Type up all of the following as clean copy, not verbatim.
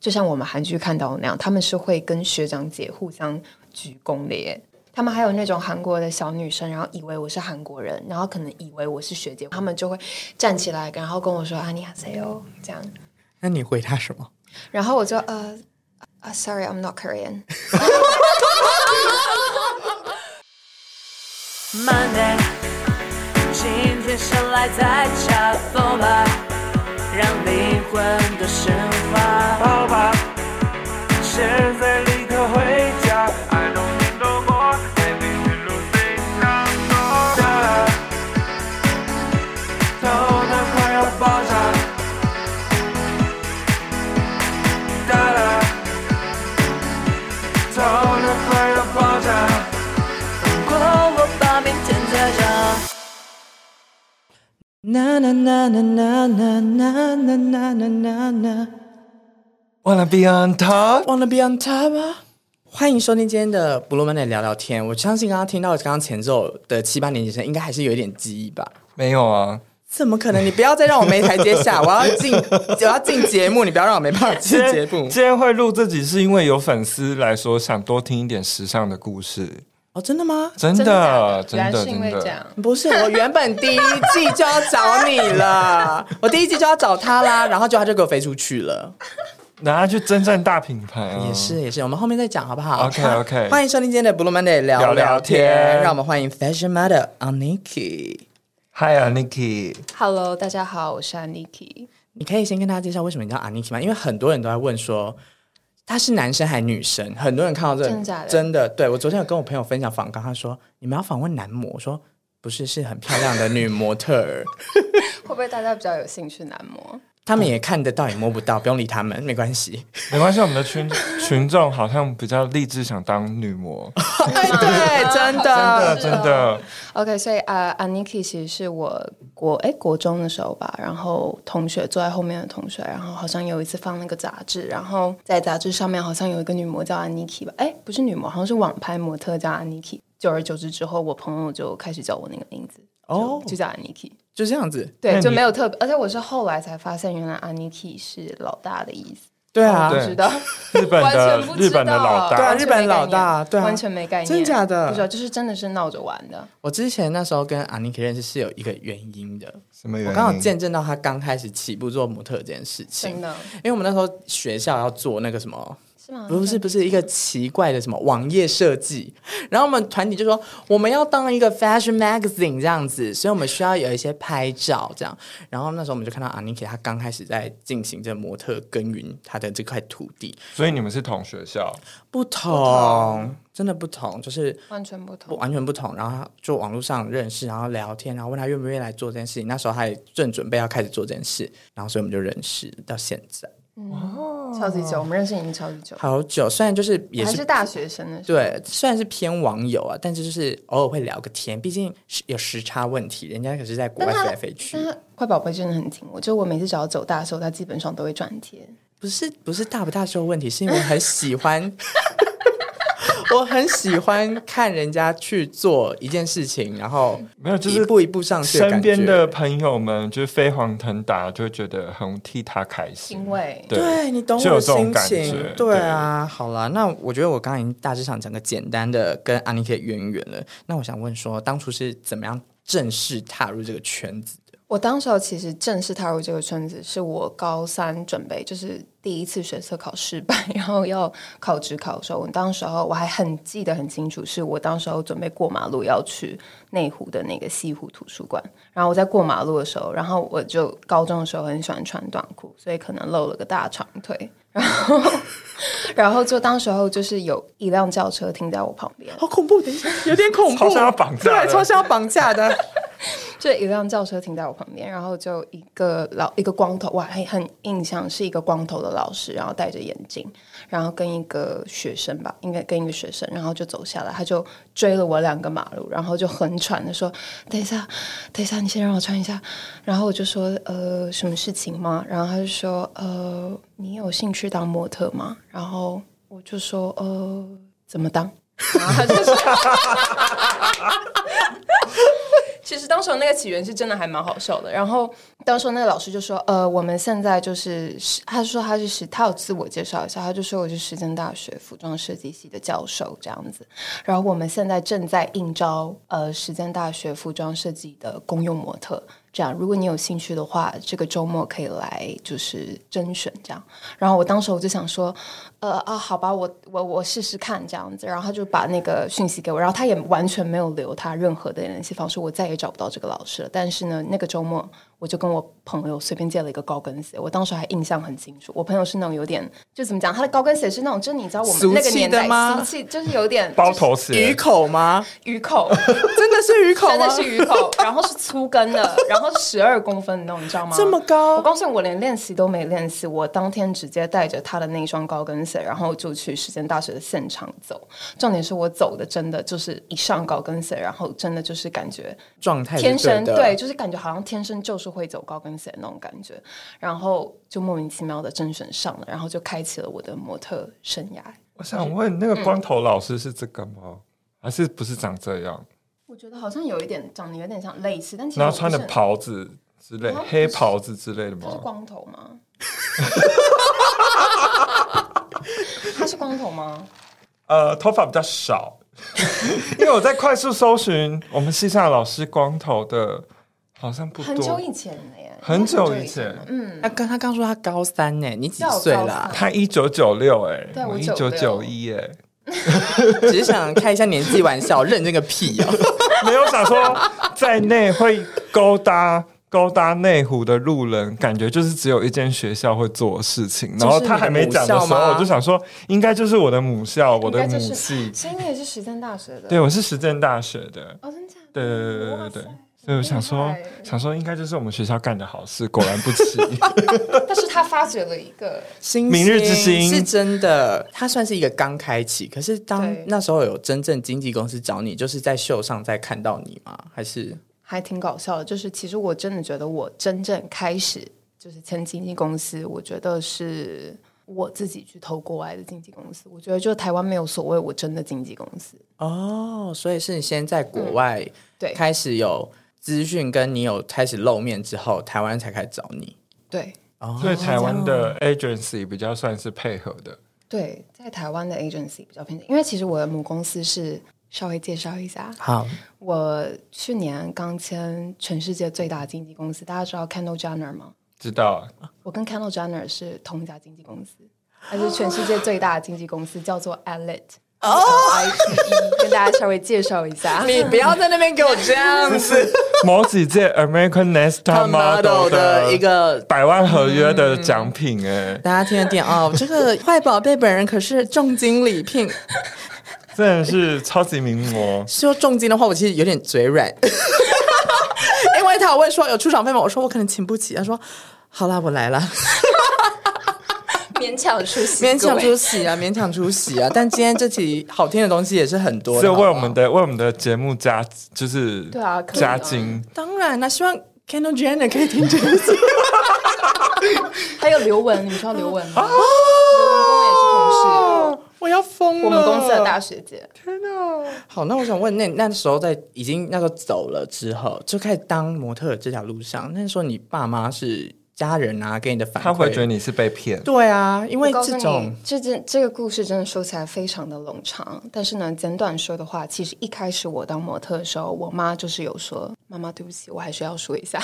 就像我们韩剧看到的那样，他们是会跟学长姐互相鞠躬的耶。他们还有那种韩国的小女生，然后以为我是韩国人，然后可能以为我是学姐，他们就会站起来，然后跟我说안녕하세요这样。 那你回他什么？ 然后我就sorry I'm not Korean Monday 今天生来在恰逢吧，让灵魂都升华， 好吧，现在立刻回家 I don't need no more anything to think no more 头脑快要爆炸哒哒头脑快要爆炸如果我把明天再找 na na na na na na na na na na na Wanna be on top Wanna be on top 啊！欢迎收听今天的 Blue Monday 聊聊天。我相信刚刚听到刚刚前奏的7、8年级生，应该还是有一点记忆吧？ 没有啊， 怎么可能？你不要再让我没台阶下！我要进节目，你不要让我没办法进节目。 今天会录自己是因为有粉丝来说想多听一点时尚的故事。 哦，真的吗？ 真真的的真的原来是因为这样。 不是，我原本第一季就要找你了，我第一季就要找他啦，然后他就给我飞出去了。 拿他去征战大品牌啊！ 也是，我们后面再讲好不好 ？OK， 欢迎收听今天的 Blue Monday 聊聊天， 天让我们欢迎 Fashion Model Aniki。Hi Aniki， Hello 大家好，我是 Aniki。 你可以先跟大家介绍为什么你叫 Aniki 吗？因为很多人都在问说他是男生还是女生，很多人看到这真的假的？ 真的，对，我昨天有跟我朋友分享访纲，他说你们要访问男模，我说不是，是很漂亮的女模特儿。 会不会大家比较有兴趣男模？ 他们也看得到也摸不到，不用理他们，没关系。 没关系，我们的群众好像比较立志想当女模， 哎，对，真的真的。 OK， 所以Aniki 其实是我国中的时候吧，然后同学坐在后面的同学，然后好像有一次放那个杂志，然后在杂志上面好像有一个女模叫 Aniki 吧，不是女模，好像是网拍模特叫 Aniki。久而久之之后，我朋友就开始叫我那个名字，就叫 Aniki。 就这样子， 对，就没有特别，而且我是后来才发现，原来 Aniki 是老大的意思。 对啊， 不知道， 日本完全不知道， 日本的老大， 对啊，日本老大，对啊， 完全没概念， 真假的？ 不知道，就是真的是闹着玩的。 我之前那时候跟 Aniki 认识是有一个原因的， 什么原因？ 我刚好见证到他刚开始起步做模特这件事情。 真的， 因为我们那时候学校要做那个什么。 是吗？ 不是一个奇怪的什么网页设计，然后我们团体就说我们要当一个 fashion magazine 这样子，所以我们需要有一些拍照这样。然后那时候我们就看到 Aniki 他刚开始在进行这模特耕耘他的这块土地。 所以你们是同学校？ 不同，真的不同，就是完全不同， 完全不同。然后就网络上认识，然后聊天，然后问他愿不愿意来做这件事情。那时候他也正准备要开始做这件事，然后所以我们就认识到现在。 超级久，我们认识已经超级久， 好久。虽然就是也还是大学生的时候， 对，虽然是偏网友啊，但是就是偶尔会聊个天，毕竟有时差问题，人家可是在国外飞来飞去。 坏宝贝真的很挺我，就我每次只要走大的时候，他基本上都会转贴。 不是大不大show问题，是因为我很喜欢。我很喜欢看人家去做一件事情，然后没有就是一步一步上去的感觉。 身边的朋友们就是飞黄腾达，就会觉得很替他开心， 欣慰。 对，你懂我的心情。对啊，好啦，那我觉得我刚刚已经大致上讲个简单的跟 Aniki 的渊源了。那我想问说，当初是怎么样正式踏入这个圈子的？ 我当时候其实正式踏入这个圈子，是我高3准备，就是第一次学测考失败，然后要考指考的时候，我当时候我还记得很清楚，是我当时候准备过马路要去内湖的那个西湖图书馆，然后我在过马路的时候，然后我就高中的时候很喜欢穿短裤，所以可能露了个大长腿，然后就当时候就是有一辆轿车停在我旁边， 好恐怖，等一下，有点恐怖， 超像要绑架的， 对，超像要绑架的。 就一辆轿车停在我旁边，然后就一个光头，我还很印象是一个光头的老师，然后戴着眼镜，然后跟一个学生吧，应该跟一个学生，然后就走下来，他就追了我2个马路，然后就很喘的说：“等一下，你先让我穿一下。”然后我就说：“什么事情吗？”然后他就说：“你有兴趣当模特吗？”然后我就说：“怎么当？”然后他就说。 其实当时那个起源是真的还蛮好笑的。然后当时那个老师就说，我们现在就是他说他有自我介绍一下，他就说我是实践大学服装设计系的教授这样子。然后我们现在正在应招实践大学服装设计的公用模特。这样，如果你有兴趣的话，这个周末可以来就是甄选这样。然后我当时我就想说，好吧，我试试看这样子。然后他就把那个讯息给我，然后他也完全没有留他任何的联系方式，我再也找不到这个老师了。但是呢，那个周末我就跟我朋友随便借了一个高跟鞋，我当时还印象很清楚。我朋友是那种有点就怎么讲，他的高跟鞋是那种，就是你知道我们那个年代俗气，就是有点包头鞋、 鱼口吗？ 鱼口真的是鱼口吗？ 真的是鱼口，然后是粗跟的，然后是12公分的那种，你知道吗？ 这么高！ 我告诉你，我连练习都没练习，我当天直接带着他的那双高跟鞋，然后就去实践大学的现场走。重点是我走的真的就是一上高跟鞋，然后真的就是感觉状态天生对，就是感觉好像天生就是会走高跟鞋那种感觉，然后就莫名其妙的甄选上了，然后就开启了我的模特生涯。 我想问，那个光头老师是这个吗？还是不是长这样？ 我觉得好像有一点长得有点像类似，但其实然后穿的袍子之类，黑袍子之类的吗？ 他是光头吗？他是光头吗？ 头发比较少，因为我在快速搜寻我们系上的老师光头的，好像不多。 很久以前了耶， 很久以前。 他刚说他高3呢，你几岁啦？ 他1996 对我1991哎。 只是想开一下年纪玩笑，认这个屁哦！ 没有想说在内会勾搭内湖的路人，感觉就是只有一间学校会做的事情。然后他还没讲的时候，我就想说，应该就是我的母校，我的母系。 所以你也是实践大学的？ 对，我是实践大学的。 哦，真的？ 对。所以我想说，应该就是我们学校干的好事，果然不起。 但是他发掘了一个明日之星， 是真的。他算是一个刚开启，可是当那时候有真正经纪公司找你，就是在秀上再看到你吗？ 还挺搞笑的。就是其实我真的觉得，我真正开始就是签经纪公司，我觉得是我自己去投国外的经纪公司。我觉得就台湾没有所谓我真的经纪公司哦，所以是你先在国外对开始有资讯，跟你有开始露面之后，台湾才开始找你。 对， 所以台湾的 agency 比较算是配合的。 对，在台湾的 agency 比较偏向，因为其实我的母公司是稍微介绍一下。 好， 我去年刚签全世界最大的经纪公司，大家知道 Kendall Jenner 吗？ 知道。 我跟 Kendall Jenner 是同一家经纪公司，它是全世界最大的经纪公司，叫做 Elite。ITE 跟大家稍微介绍一下， 你不要在那边给我这样子。 某几届 American Next Top Model 的一个 100万合约的奖品哎， 大家听得见哦。这个坏宝贝本人可是重金礼聘， 真的是超级名模。 说重金的话，我其实有点嘴软，因为他有问说有出场费吗？我说我可能请不起。他说好啦，我来了。 勉强出席， 勉强出席啊，勉强出席啊！但今天这期好听的东西也是很多的， 所以为我们的节目加就是对啊加金。 当然啦，希望 Kendall Jenner 可以听这个。 还有刘雯，你们知道刘雯吗？刘雯跟我也是同事， 我要疯了！ 我们公司的大学姐。 天哪！ 好，那我想问，那时候已经那时候走了之后，就开始当模特这条路上，那时候你爸妈是？家人啊，给你的反馈， 他会觉得你是被骗。 对啊，因为这种这个故事真的说起来非常的冗长，但是呢，简短说的话，其实一开始我当模特的时候，我妈就是有说：“妈妈，对不起，我还是要说一下。”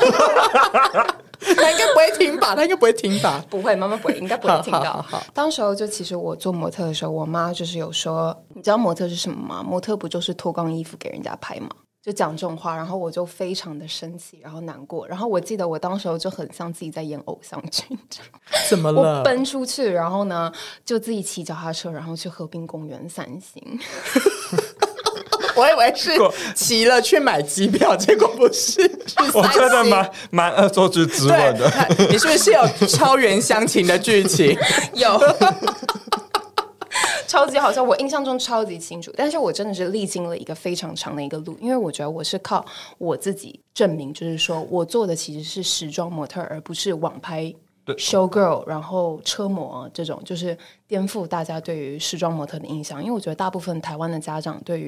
他应该不会听吧？ 不会，妈妈不会，应该不会听到。 好当时候就其实我做模特的时候，我妈就是有说：“你知道模特是什么吗？模特不就是脱光衣服给人家拍吗？”就讲这种话，然后我就非常的生气，然后难过，然后我记得我当时候就很像自己在演偶像剧， 怎么了？ 我奔出去，然后呢就自己骑脚踏车，然后去河滨公园散心。 我以为是骑了去买机票，结果不是。 我觉得蛮恶作剧之吻的。 你是不是有超原乡情的剧情？ 有。超级好笑，我印象中超级清楚，但是我真的是历经了一个非常长的一个路，因为我觉得我是靠我自己证明，就是说我做的其实是时装模特，而不是网拍 show girl， 然后车模这种，就是颠覆大家对于时装模特的印象。因为我觉得大部分台湾的家长对于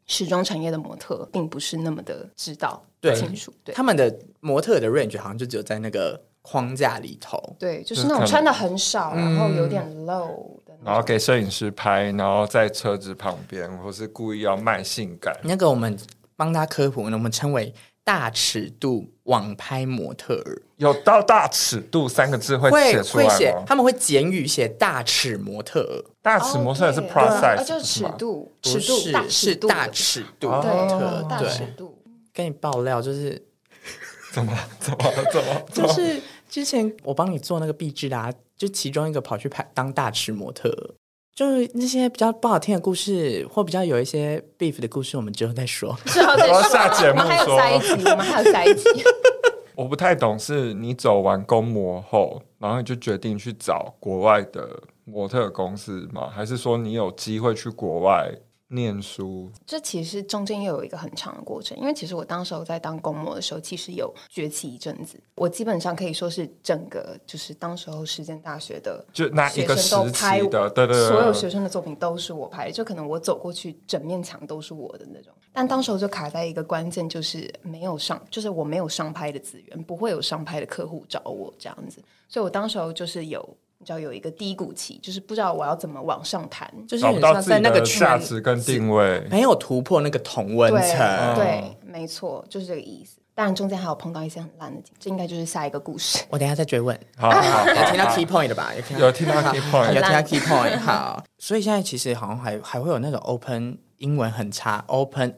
时装产业的模特并不是那么的知道清楚，对， 他们的模特的 range 好像就只有在那个框架里头， 对，就是那种穿的很少，然后有点 low 的， 然后给摄影师拍，然后在车子旁边，或是故意要卖性感。 那个我们帮他科普，我们称为大尺度网拍模特儿。 有到大尺度3个字会写出来吗？ 他们会简语写大尺模特儿。 大尺模特儿是 plus size， 就是尺度， 是大尺度模特儿， 大尺度。 跟你爆料就是， 怎么？ 就是之前我帮你做那个壁纸啦，就其中一个跑去当大尺模特儿。就是那些比较不好听的故事，或比较有一些 beef 的故事，我们之后再说。 我要下节目说。 我们还有下一集。 我不太懂，是你走完公模后，然后你就决定去找国外的模特公司吗？还是说你有机会去国外念书？ 这其实中间又有一个很长的过程，因为其实我当时候在当公模的时候，其实有崛起一阵子。我基本上可以说是整个就是当时候实践大学的就那一个时期的，对， 所有学生的作品都是我拍的，就可能我走过去整面墙都是我的那种。但当时候就卡在一个关键，就是就是我没有上拍的资源，不会有上拍的客户找我这样子，所以我当时候就是你知道有一个低谷期，就是不知道我要怎么往上谈， 就是找不到自己的价值跟定位， 没有突破那个同温层。 对，没错，就是这个意思。当然中间还有碰到一些很烂的，这应该就是下一个故事。 我等一下再追问。 好， 有听到 key point 的吧？ 有听到 key point， 有听到 key point。好，所以现在其实好像还会有那种 open 英文很差 open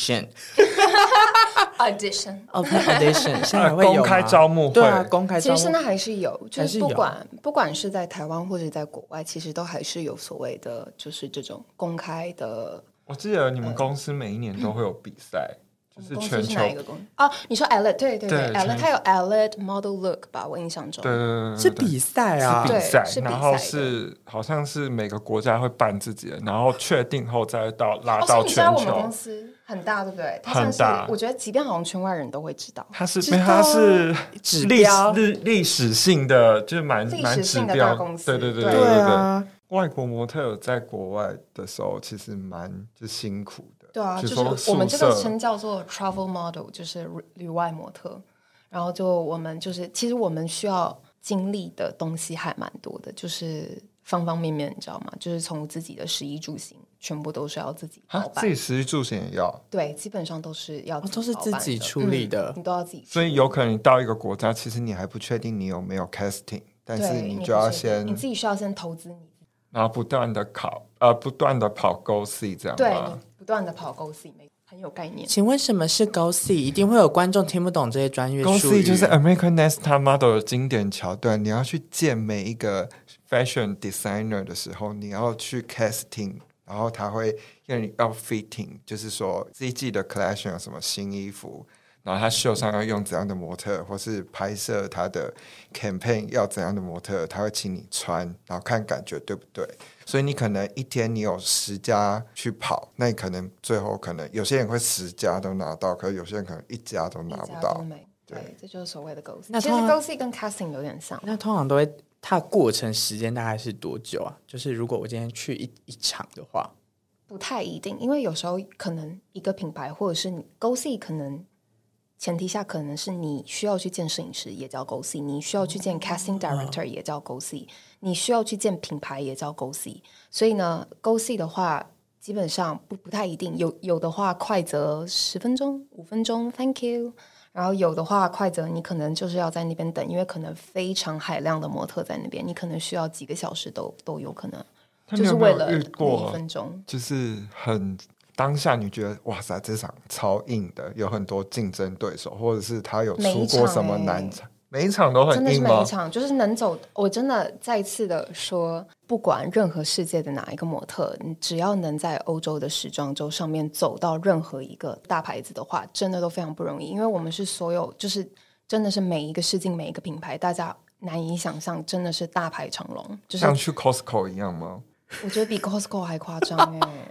audition。Open audition 现在会有公开招募会， 对啊，公开招募。 其实现在还是有，就是不管是在台湾或者在国外，其实都还是有所谓的，就是这种公开的。 我记得你们公司每一年都会有比赛，就是全球。 哪一个公司？哦，你说 Elite， 对 Elite， 它有 Elite Model Look 吧？我印象中， 对， 是比赛啊， 是比赛， 是比赛， 然后好像是每个国家会办自己的，然后确定后再拉到全球。 你知道我们公司很大，对不对？它很大， 我觉得即便好像圈外人都会知道， 它是历史性的，就是蛮指标公司， 对啊。外国模特有在国外的时候，其实蛮辛苦的。 对啊，就是我们这个称叫做 travel model， 就是旅外模特。然后我们其实我们需要经历的东西还蛮多的，就是方方面面，你知道吗？就是从自己的食衣住行，全部都是要自己包办。 自己食衣住行也要？ 对，基本上都是要都是自己处理的， 你都要自己。 所以有可能你到一个国家，其实你还不确定你有没有 casting， 但是你就要你自己需要先投资你。 然后不断的跑 Go See 这样吗？ 对，你不断的跑 Go See， 很有概念。 请问什么是 Go See？ 一定会有观众听不懂这些专业术语。 Go See 就是 American Next Top Model 的经典桥段，你要去见每一个 fashion designer 的时候，你要去 casting， 然后他会要 fitting， 就是说这一季的 collection 有什么新衣服。然后他秀上要用怎样的模特，或是拍摄他的 campaign 要怎样的模特，他会请你穿，然后看感觉对不对。所以你可能一天你有10家去跑，那你可能最后可能有些人会10家都拿到，可是有些人可能1家都拿不到。 对，这就是所谓的 Go See。其实 Go See 跟 casting 有点像。 那通常都会，它的过程时间大概是多久啊？就是如果我今天去一场的话， 不太一定，因为有时候可能一个品牌或者是你 Go See 可能。前提下可能是你需要去见摄影师也叫 Go See， 你需要去见 casting director 也叫 Go See， 你需要去见品牌也叫 Go See。 所以呢 Go See 的话基本上不太一定，有的话快则10分钟5分钟 Thank you， 然后有的话快则你可能就是要在那边等，因为可能非常海量的模特在那边，你可能需要几个小时都有可能，就是为了那1分钟。 就是很当下你觉得哇塞这场超硬的，有很多竞争对手，或者是他有出过什么难场？每一场都很硬吗？ 真的是每一场就是能走。我真的再一次的说，不管任何世界的哪一个模特，你只要能在欧洲的时装周上面走到任何一个大牌子的话，真的都非常不容易。因为我们是所有就是真的是每一个试镜每一个品牌，大家难以想象，真的是大排长龙，就是像去 Costco 一样吗？ 我觉得比 Costco 还夸张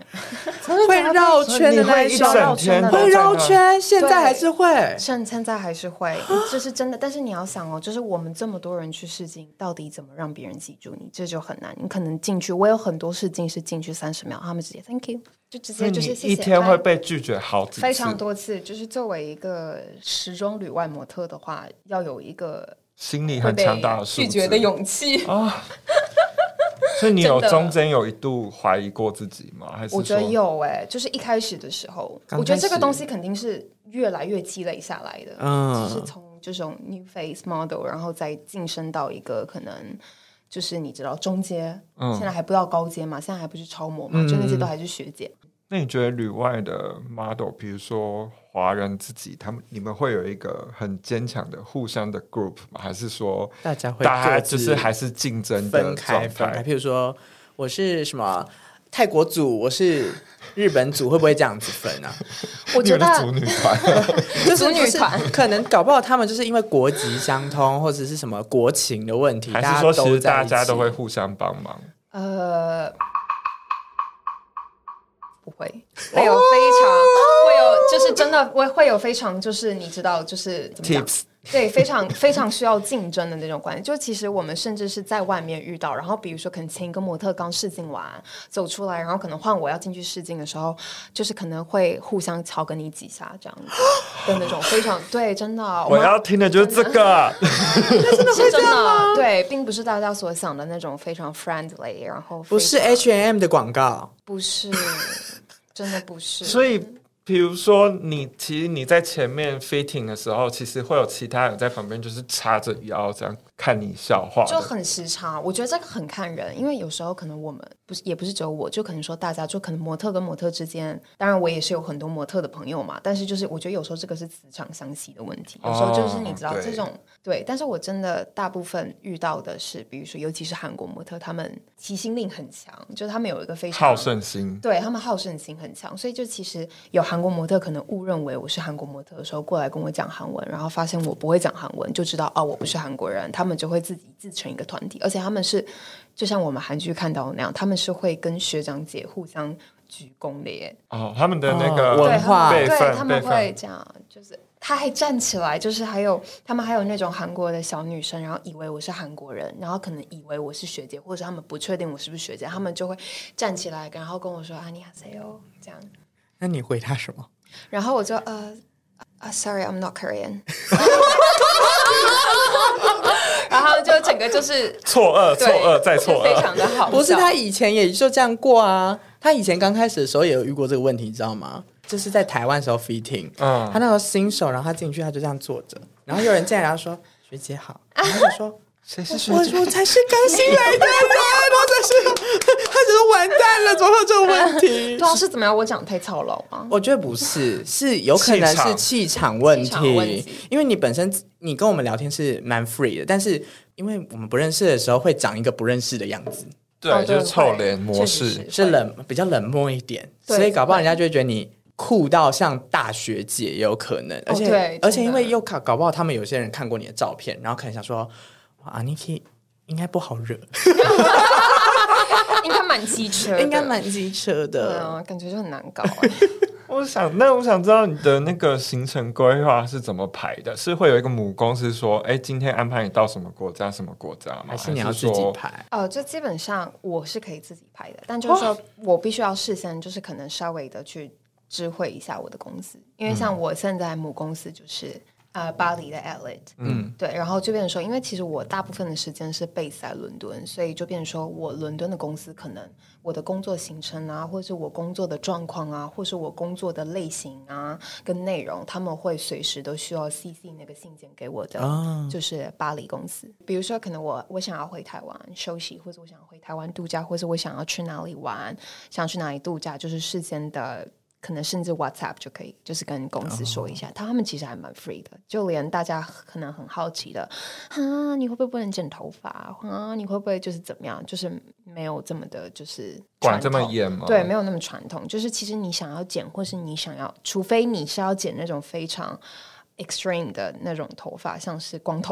会绕圈的那一种， 你会一整天会绕圈，现在还是会， 现在还是会，这是真的。但是你要想哦，就是我们这么多人去试镜，到底怎么让别人记住你，这就很难。你可能进去，我有很多试镜是进去30秒，他们直接 Thank you， 就直接就是谢谢。 一天会被拒绝好几次， 非常多次。就是作为一个时装旅外模特的话，要有一个心理很强大的素质拒绝的勇气啊。所以你有中间有一度怀疑过自己吗？还是我觉得有就是一开始的时候，我觉得这个东西肯定是越来越积累下来的。就是从这种 new face model， 然后再晋升到一个可能就是你知道中阶，现在还不到高阶嘛，现在还不是超模嘛，就那些都还是学姐。 那你觉得旅外的 model， 比如说华人自己，你们会有一个很坚强的互相的 group 吗？还是说大家就是还是竞争的分开？譬如说我是什么泰国组，我是日本组，会不会这样子分啊？ 我觉得组女团就是组女团可能搞不好他们就是因为国籍相通，或者是什么国情的问题， 还是说其实大家都会互相帮忙？ 不会，会有就是真的会有非常就是你知道就是怎么讲 tips。 对，非常非常需要竞争的那种关系。就其实我们甚至是在外面遇到，然后比如说可能前一个模特刚试镜完走出来，然后可能换我要进去试镜的时候，就是可能会互相敲个你几下这样子的那种，非常对，真的。 我要听的就是这个， 真的会这样吗？对，并不是大家所想的那种非常 friendly， 然后不是 H&M 的广告， 不是，真的不是。 所以。比如说其实你在前面 fitting 的时候，其实会有其他人在旁边就是叉着腰这样看你笑话， 就很时差。我觉得这个很看人，因为有时候可能我们也不是只有我，就可能说大家就可能模特跟模特之间，当然我也是有很多模特的朋友嘛，但是就是我觉得有时候这个是磁场相吸的问题，有时候就是你知道这种对，但是我真的大部分遇到的是，比如说尤其是韩国模特，他们齐心力很强，就是他们有一个非常好胜心， 对他们好胜心很强，所以就其实有韩国模特可能误认为我是韩国模特的时候过来跟我讲韩文，然后发现我不会讲韩文，就知道我不是韩国人，他们就会自己自成一个团体，而且他们是就像我们韩剧看到的那样，他们是会跟学长姐互相鞠躬的耶。 他们的那个文化对他们会这样，就是他还站起来，就是他们还有那种韩国的小女生，然后以为我是韩国人，然后可能以为我是学姐，或者他们不确定我是不是学姐，他们就会站起来，然后跟我说안녕하세요这样。 那你回他什么？ 然后我就sorry I'm not Korean 然后就整个就是错愕再错愕， 非常的好笑。 不是他以前也就这样过啊，他以前刚开始的时候也有遇过这个问题，你知道吗？就是在台湾的时候 fitting，他那时候新手，然后他进去他就这样坐着，然后有人进来然后说学姐好，然后就说谁是学姐？ 我才是刚新来的人，然后他就说完蛋了，怎么会有这个问题？ 对啊，是怎么样？我讲太操劳吗？ 我觉得不是，是有可能是气场问题，因为你本身你跟我们聊天是蛮 free 的，但是因为我们不认识的时候会长一个不认识的样子， 对，就是臭脸模式， 是比较冷漠一点，所以搞不好人家就会觉得你酷到像大学姐也有可能，而且因为又搞不好他们有些人看过你的照片，然后可能想说哇，Aniki 应该不好惹。 应该蛮机车的， 应该蛮机车的， 对啊，感觉就很难搞我想知道你的那个行程规划是怎么排的？是会有一个母公司说，今天安排你到什么国家什么国家吗？ 还是你要自己排？ 就基本上我是可以自己排的，但就是说我必须要事先就是可能稍微的去知会一下我的公司，因为像我现在母公司就是巴黎的 Elite， 对，然后就变成说，因为其实我大部分的时间是 base 在伦敦，所以就变成说我伦敦的公司可能我的工作行程啊，或是我工作的状况啊，或是我工作的类型啊跟内容，他们会随时都需要 CC 那个信件给我的，就是巴黎公司。比如说可能我想要回台湾休息，或者我想要回台湾度假，或者我想要去哪里玩，想要去哪里度假，就是事先的可能甚至 WhatsApp 就可以，就是跟公司说一下，他们其实还蛮 free 的，就连大家可能很好奇的，你会不会不能剪头发？你会不会就是怎么样？就是没有这么的，就是管这么严吗？ 对，没有那么传统。就是其实你想要剪，或是你想要，除非你是要剪那种非常 extreme 的那种头发，像是光头。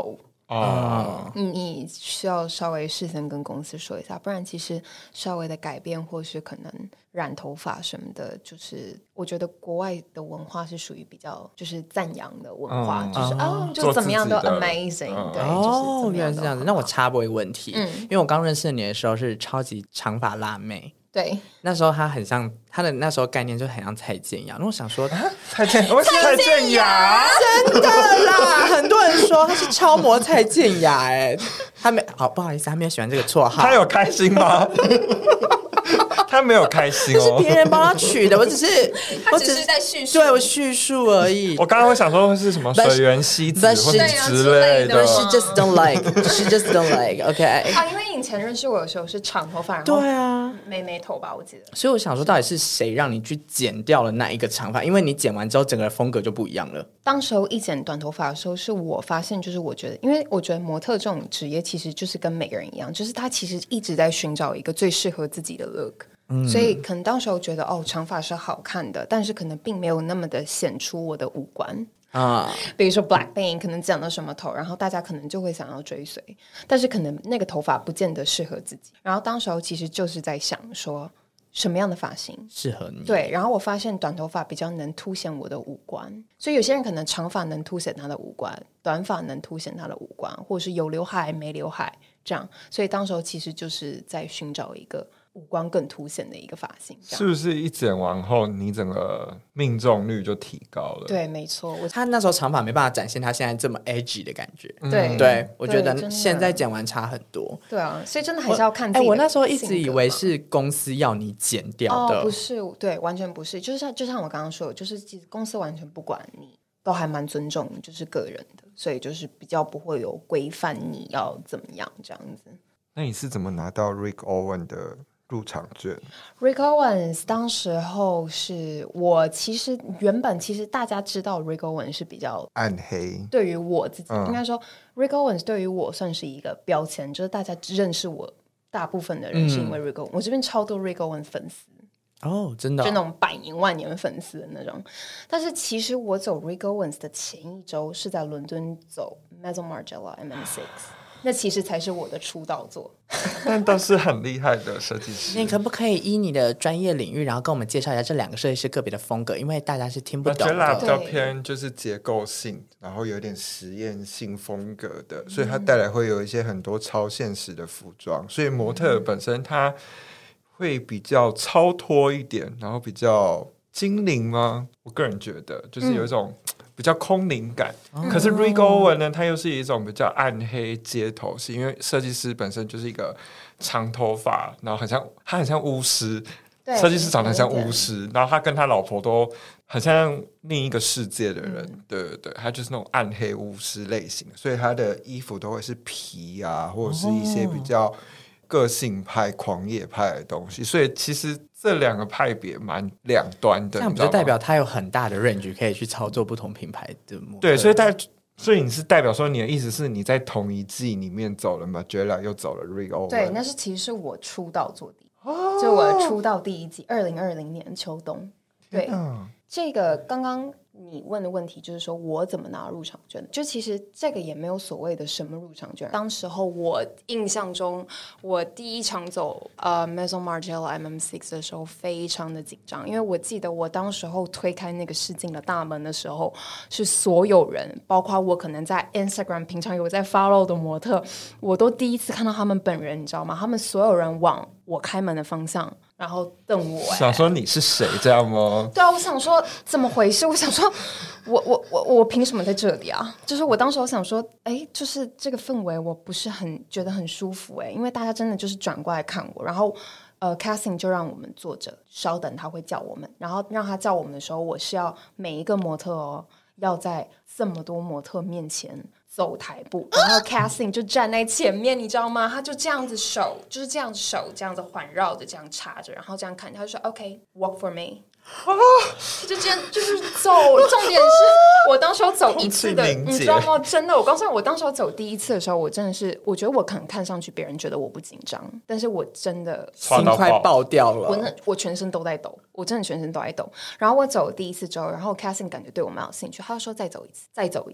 你需要稍微事先跟公司说一下，不然其实稍微的改变或是可能染头发什么的，就是我觉得国外的文化是属于比较就是赞扬的文化，就是就怎么样都 amazing， 对，就是原来是这样子。那我插播一个问题，因为我刚认识你的时候是超级长发辣妹。 对， 那时候他很像他的那时候概念就很像蔡健雅，那我想说蔡健雅真的啦，很多人说他是超模蔡健雅他没好不好意思，他没有喜欢这个绰号， 他有开心吗？他没有开心是别人帮他取的，我只是在叙述， 对我叙述而已。 我刚刚会想说是什么水原希子或者之类的， 是 just don't like， 是 just don't like，OK。 因为以前认识我的时候是长头发， 对啊， 妹头吧，我记得。 所以我想说，到底是谁让你去剪掉了那一个长发？因为你剪完之后，整个风格就不一样了。 当时候一剪短头发的时候，是我发现，就是我觉得，因为我觉得模特这种职业其实就是跟每个人一样，就是他其实一直在寻找一个最适合自己的 look。所以可能当时候觉得长发是好看的，但是可能并没有那么的显出我的五官比如说 Blackpink 可能剪了什么头，然后大家可能就会想要追随，但是可能那个头发不见得适合自己。然后当时候其实就是在想说什么样的发型适合你， 对，然后我发现短头发比较能凸显我的五官，所以有些人可能长发能凸显他的五官，短发能凸显他的五官，或者是有刘海没刘海这样，所以当时候其实就是在寻找一个五官更凸显的一个发型， 是不是一剪完后你整个命中率就提高了？ 对，没错， 他那时候长发没办法展现他现在这么 edgy 的感觉。 对， 我觉得现在剪完差很多。 对啊，所以真的还是要看自己的我那时候一直以为是公司要你剪掉的， 不是，对，完全不是，就像我刚刚说的，就是其实公司完全不管你，都还蛮尊重你，就是个人的，所以就是比较不会有规范你要怎么样这样子。 那你是怎么拿到 Rick Owens 的入场券？ Rick Owens 当时候是我原本大家知道 Rick Owens 是比较暗黑， 对于我自己应该说 Rick Owens 对于我算是一个标签，就是大家认识我大部分的人是因为 Rick Owens，我这边超多 Rick Owens 粉丝真的就那种百年万年粉丝的那种。但是其实我走 Rick Owens 的前一周是在伦敦走 Maison Margiela MM6，那其实才是我的出道作。 但都是很厉害的设计师。 你可不可以依你的专业领域，然后跟我们介绍一下这两个设计师个别的风格？因为大家是听不懂的。 Margiela比较偏就是结构性，然后有点实验性风格的，所以它带来会有一些很多超现实的服装，所以模特本身它会比较超脱一点，然后比较精灵吗？我个人觉得就是有一种比较空灵感。可是 Rick Owens 呢，它又是一种比较暗黑街头，是因为设计师本身就是一个长头发，然后他很像巫师，设计师长得很像巫师，然后他跟他老婆都很像另一个世界的人，对，他就是那种暗黑巫师类型，所以他的衣服都会是皮啊，或者是一些比较个性派、狂野派的东西，所以其实这两个派别蛮两端的， 这样不就代表他有很大的 range 可以去操作不同品牌的模特？ 对，所以你是代表说你的意思是你在同一季里面走了 Margiela 又走了 Rick Owens？ 对，那是其实是我出道做的，就我出道第一季2020年秋冬。对，这个刚刚你问的问题就是说我怎么拿入场券，就其实这个也没有所谓的什么入场券。当时候我印象中我第一场走Maison Margiela MM6 的时候非常的紧张，因为我记得我当时候推开那个试镜的大门的时候，是所有人包括我可能在 Instagram 平常有在 follow 的模特，我都第一次看到他们本人，你知道吗？他们所有人往我开门的方向然后瞪我， 想说你是谁这样吗？ 对啊，我想说怎么回事？我想说我凭什么在这里啊？就是我当时我想说，就是这个氛围我不是很觉得很舒服因为大家真的就是转过来看我，然后casting 就让我们坐着稍等，他会叫我们，然后让他叫我们的时候，我是要每一个模特要在这么多模特面前走台步，然后 casting 就站在前面，你知道吗？他就这样子手，就是这样子手这样子环绕着这样插着，然后这样看，他就说 OK walk for me， 就这样就是走。重点是我当时候走一次的，你知道吗？真的，我告诉你，我当时候走第一次的时候，我真的是，我觉得我可能看上去别人觉得我不紧张，但是我真的心快爆掉了。 我全身都在抖，我真的全身都在抖。然后我走第一次之后，然后 casting 感觉对我蛮有兴趣，他就说再走一次，再走一次。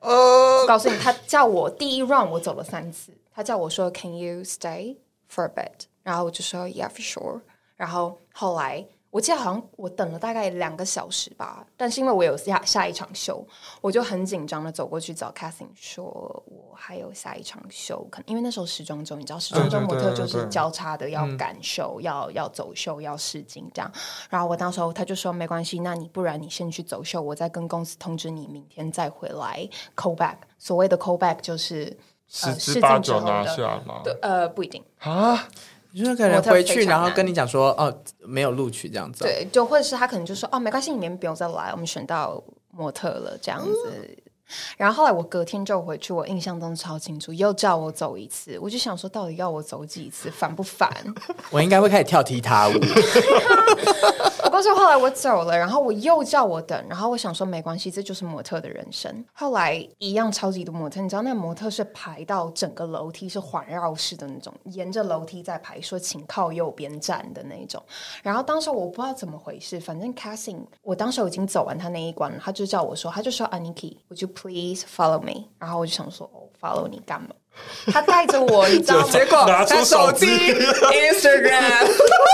告诉你，他叫我第一 round 我走了3次，他叫我说 Can you stay for a bit？ 然后我就说 Yeah, for sure。然后后来我记得好像我等了大概2个小时吧，但是因为我有下一场秀，我就很紧张的走过去找 casting 说我还有下一场秀，可能因为那时候时装周，你知道时装周模特就是交叉的，要赶秀，要走秀，要试镜这样。然后我当时候他就说没关系，那你不然你先去走秀，我再跟公司通知你，明天再回来 call back。所谓的 call back 就是 10之8九拿下吗？ 对，不一定啊。 你就可能回去，然后跟你讲说没有录取这样子。 对，就或者是他可能就说没关系，你们不用再来，我们选到模特了这样子。然后后来我隔天就回去，我印象中超清楚，又叫我走一次，我就想说到底要我走几次，烦不烦？ 我应该会开始跳踢踏舞。 我告诉你，后来我走了，然后我又叫我等，然后我想说没关系，这就是模特的人生。后来一样超级多模特，你知道那个模特是排到整个楼梯是环绕式的那种，沿着楼梯在排，说请靠右边站的那种。然后当时我不知道怎么回事，反正 casting 我当时已经走完他那一关了，他就叫我说，他就说 Aniki would you please follow me？ 然后我就想说follow 你干嘛？他带着我，你知道吗？ 结果拿出手机 Instagram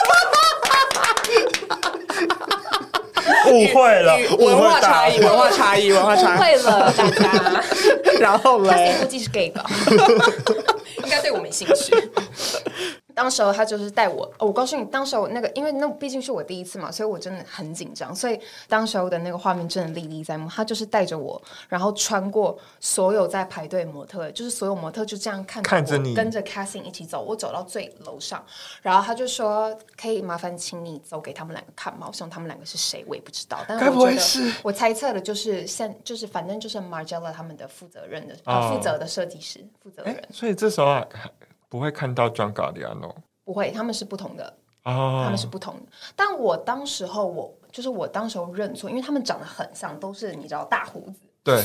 误会了， 文化差异， 误会了大家。 然后他嘞， 估计是 gay 吧，应该对我没兴趣。当时候他就是带我，我告诉你，当时候那个，因为那毕竟是我第一次嘛，所以我真的很紧张，所以当时候的那个画面真的历历在目。他就是带着我，然后穿过所有在排队模特，就是所有模特就这样看着你，跟着 casting 一起走。我走到最楼上，然后他就说：“可以麻烦请你走给他们2个看吗？”我想他们2个是谁，我也不知道，但是我觉得我猜测的就是反正就是 Margiela 他们的负责的设计师负责人。 所以这时候不会看到 John Galliano， 不会，他们是不同的他们是不同的。但我当时候我当时候认错，因为他们长得很像，都是你知道大胡子， 对，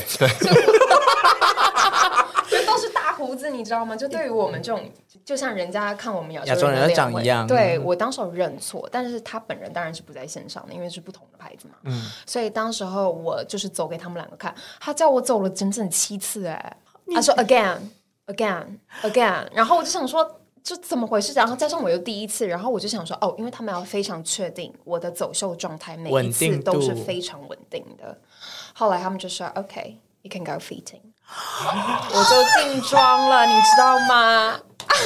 就都是大胡子，你知道吗？就对于我们这种，就像人家看我们亚洲人长一样。 对，我当时候认错，但是他本人当然是不在线上的，因为是不同的牌子嘛。所以当时候我就是走给他们2个看，他叫我走了整整7次，他说 again，然后我就想说这怎么回事？然后加上我又第一次，然后我就想说因为他们要非常确定我的走秀状态每一次都是非常稳定的。后来他们就说 OK you can go fitting， 我就定妆了，你知道吗？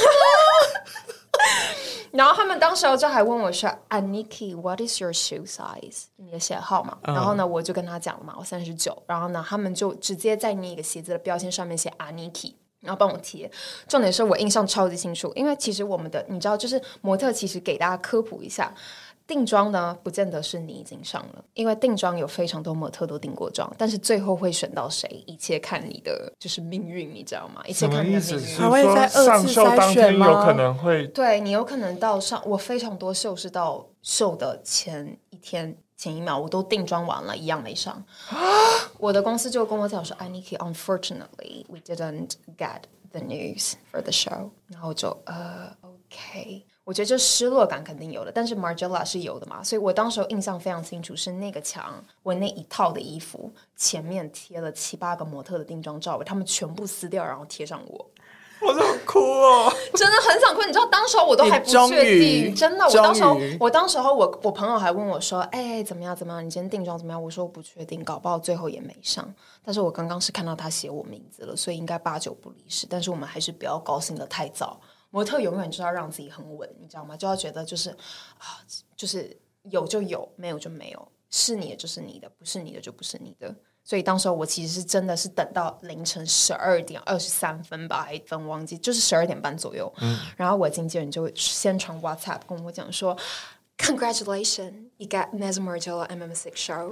然后他们当时就还问我说 Aniki what is your shoe size， 你的鞋号嘛？然后呢我就跟他讲了嘛，我39，然后呢他们就直接在那个鞋子的标签上面写 Aniki，然后帮我贴。重点是我印象超级清楚，因为其实我们的你知道，就是模特其实给大家科普一下，定妆呢不见得是你已经上了，因为定妆有非常多模特都定过妆，但是最后会选到谁，一切看你的就是命运，你知道吗？一切看你的命运。 还会在上秀当天有可能会， 对，你有可能到我非常多秀是到秀的前一天。前1秒我都定妆完了，一样没上。我的公司就跟我讲说 Aniki unfortunately we didn't get the news for the show， 然后我就OK， 我觉得这失落感肯定有的，但是 Margiela 是有的嘛，所以我当时印象非常清楚，是那个墙我那一套的衣服前面贴了7、8个模特的定妆照，他们全部撕掉然后贴上我。 我想哭哦， 真的很想哭。你知道当时候我都还不确定，真的，我当时候我朋友还问我说怎么样你今天定妆怎么样？我说我不确定，搞不好最后也没上。但是我刚刚是看到他写我名字了，所以应该8、9不离十。但是我们还是不要高兴的太早，模特永远就要让自己很稳，你知道吗？就要觉得就是有就有，没有就没有，是你的就是你的，不是你的就不是你的。所以当时我其实是真的是等到凌晨12点23分吧，还分忘记，就是12点半左右。然后我经纪人就先传 WhatsApp 跟我讲说 Congratulations, you got Ms. Margiela MM6 show.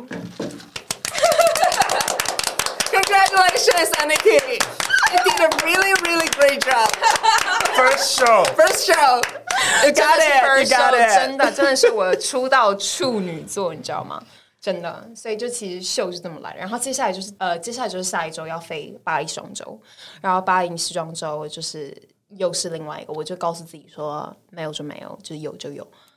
Congratulations, Aniki. You did a really, really great job. First show. You got it. You got it. 真的是我出道处女座，你知道吗？真的，所以就其实秀是这么来的。然后接下来就是下一周要飞巴黎时装周，然后巴黎时装周就是又是另外一个，我就告诉自己说没有就没有，就是有就有。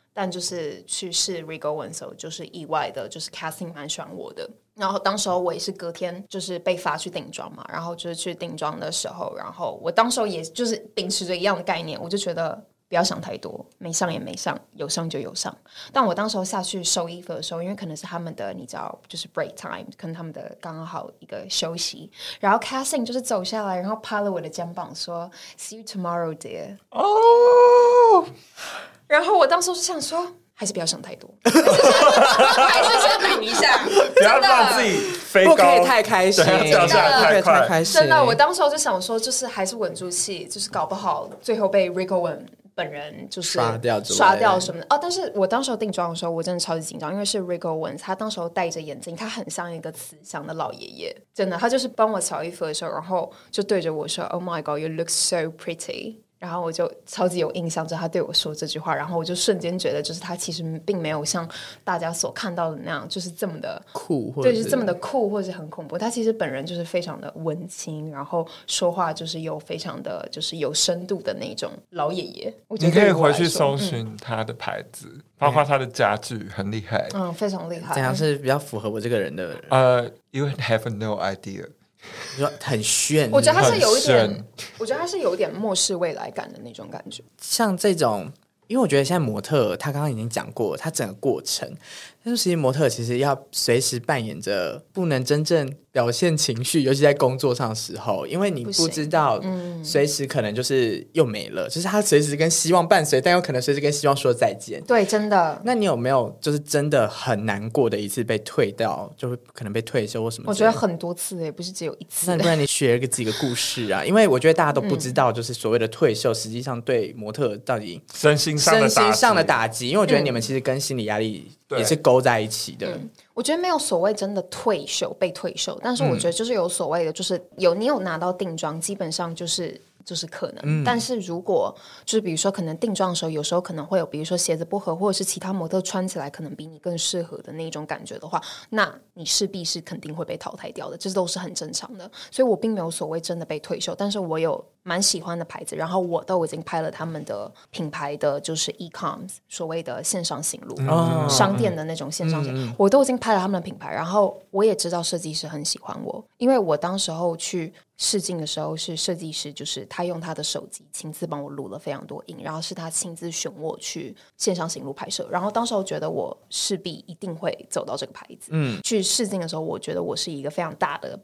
但就是去试 Rigo One 的时候，就是意外的，就是 casting 蛮喜欢我的。然后当时候我也是隔天就是被发去定妆嘛，然后就是去定妆的时候，然后我当时候也就是秉持着一样的概念，我就觉得不要想太多，没上也没上，有上就有上。但我当时候下去收衣服的时候，因为可能是他们的你知道就是 break time， 可能他们的刚刚好一个休息，然后 casting 就是走下来，然后拍了我的肩膀说 See you tomorrow, dear。 哦， 然后我当时就想说，还是不要想太多，还是先等一下， 不要让自己飞高， 不可以太开心， 掉下来太快。 开心。 真的，我当时就想说，就是还是稳住气，就是搞不好最后被 Rigo One 本人就是刷掉什么的哦。但是我当时定妆的时候，我真的超级紧张，因为是 Rigo One， 他当时戴着眼镜，他很像一个慈祥的老爷爷，真的，他就是帮我扫衣服的时候，然后就对着我说 ：“Oh my God, you look so pretty。”然后我就超级有印象，就他对我说这句话，然后我就瞬间觉得，就是他其实并没有像大家所看到的那样，就是这么的酷， 对，就是这么的酷，或者是很恐怖。他其实本人就是非常的文青，然后说话就是有非常的就是有深度的那种老爷爷。我觉得你可以回去搜寻他的牌子，包括他的家具，很厉害。 非常厉害。 怎样是比较符合我这个人的 ？You have no idea。 你说很炫， 我觉得他是有一点，我觉得他是有一点末世未来感的那种感觉。 像这种，因为我觉得现在模特，他刚刚已经讲过他整个过程，但是其实模特其实要随时扮演着不能真正表现情绪，尤其在工作上的时候，因为你不知道随时可能就是又没了，就是他随时跟希望伴随，但有可能随时跟希望说再见。 对，真的。 那你有没有就是真的很难过的一次被退掉，就会可能被退休或什么？ 我觉得很多次也不是只有一次。 那不然你学几个故事啊？因为我觉得大家都不知道，就是所谓的退休，实际上对模特到底身心上的打击。 因为我觉得你们其实跟心理压力也是勾在一起的。 我觉得没有所谓真的退休被退休，但是我觉得就是有所谓的，就是你有拿到定妆，基本上就是可能。但是如果就是比如说可能定妆的时候，有时候可能会有比如说鞋子不合，或者是其他模特穿起来可能比你更适合的那种感觉的话，那你势必是肯定会被淘汰掉的，这都是很正常的。所以我并没有所谓真的被退休，但是我有蛮喜欢的牌子，然后我都已经拍了他们的品牌的就是 e-coms 所谓的线上行路，商店的那种线上行路，我都已经拍了他们的品牌，然后我也知道设计师很喜欢我，因为我当时候去试镜的时候是设计师，就是他用他的手机亲自帮我录了非常多影，然后是他亲自选我去线上行路拍摄，然后当时候觉得我势必一定会走到这个牌子。去试镜的时候，我觉得我是一个非常大的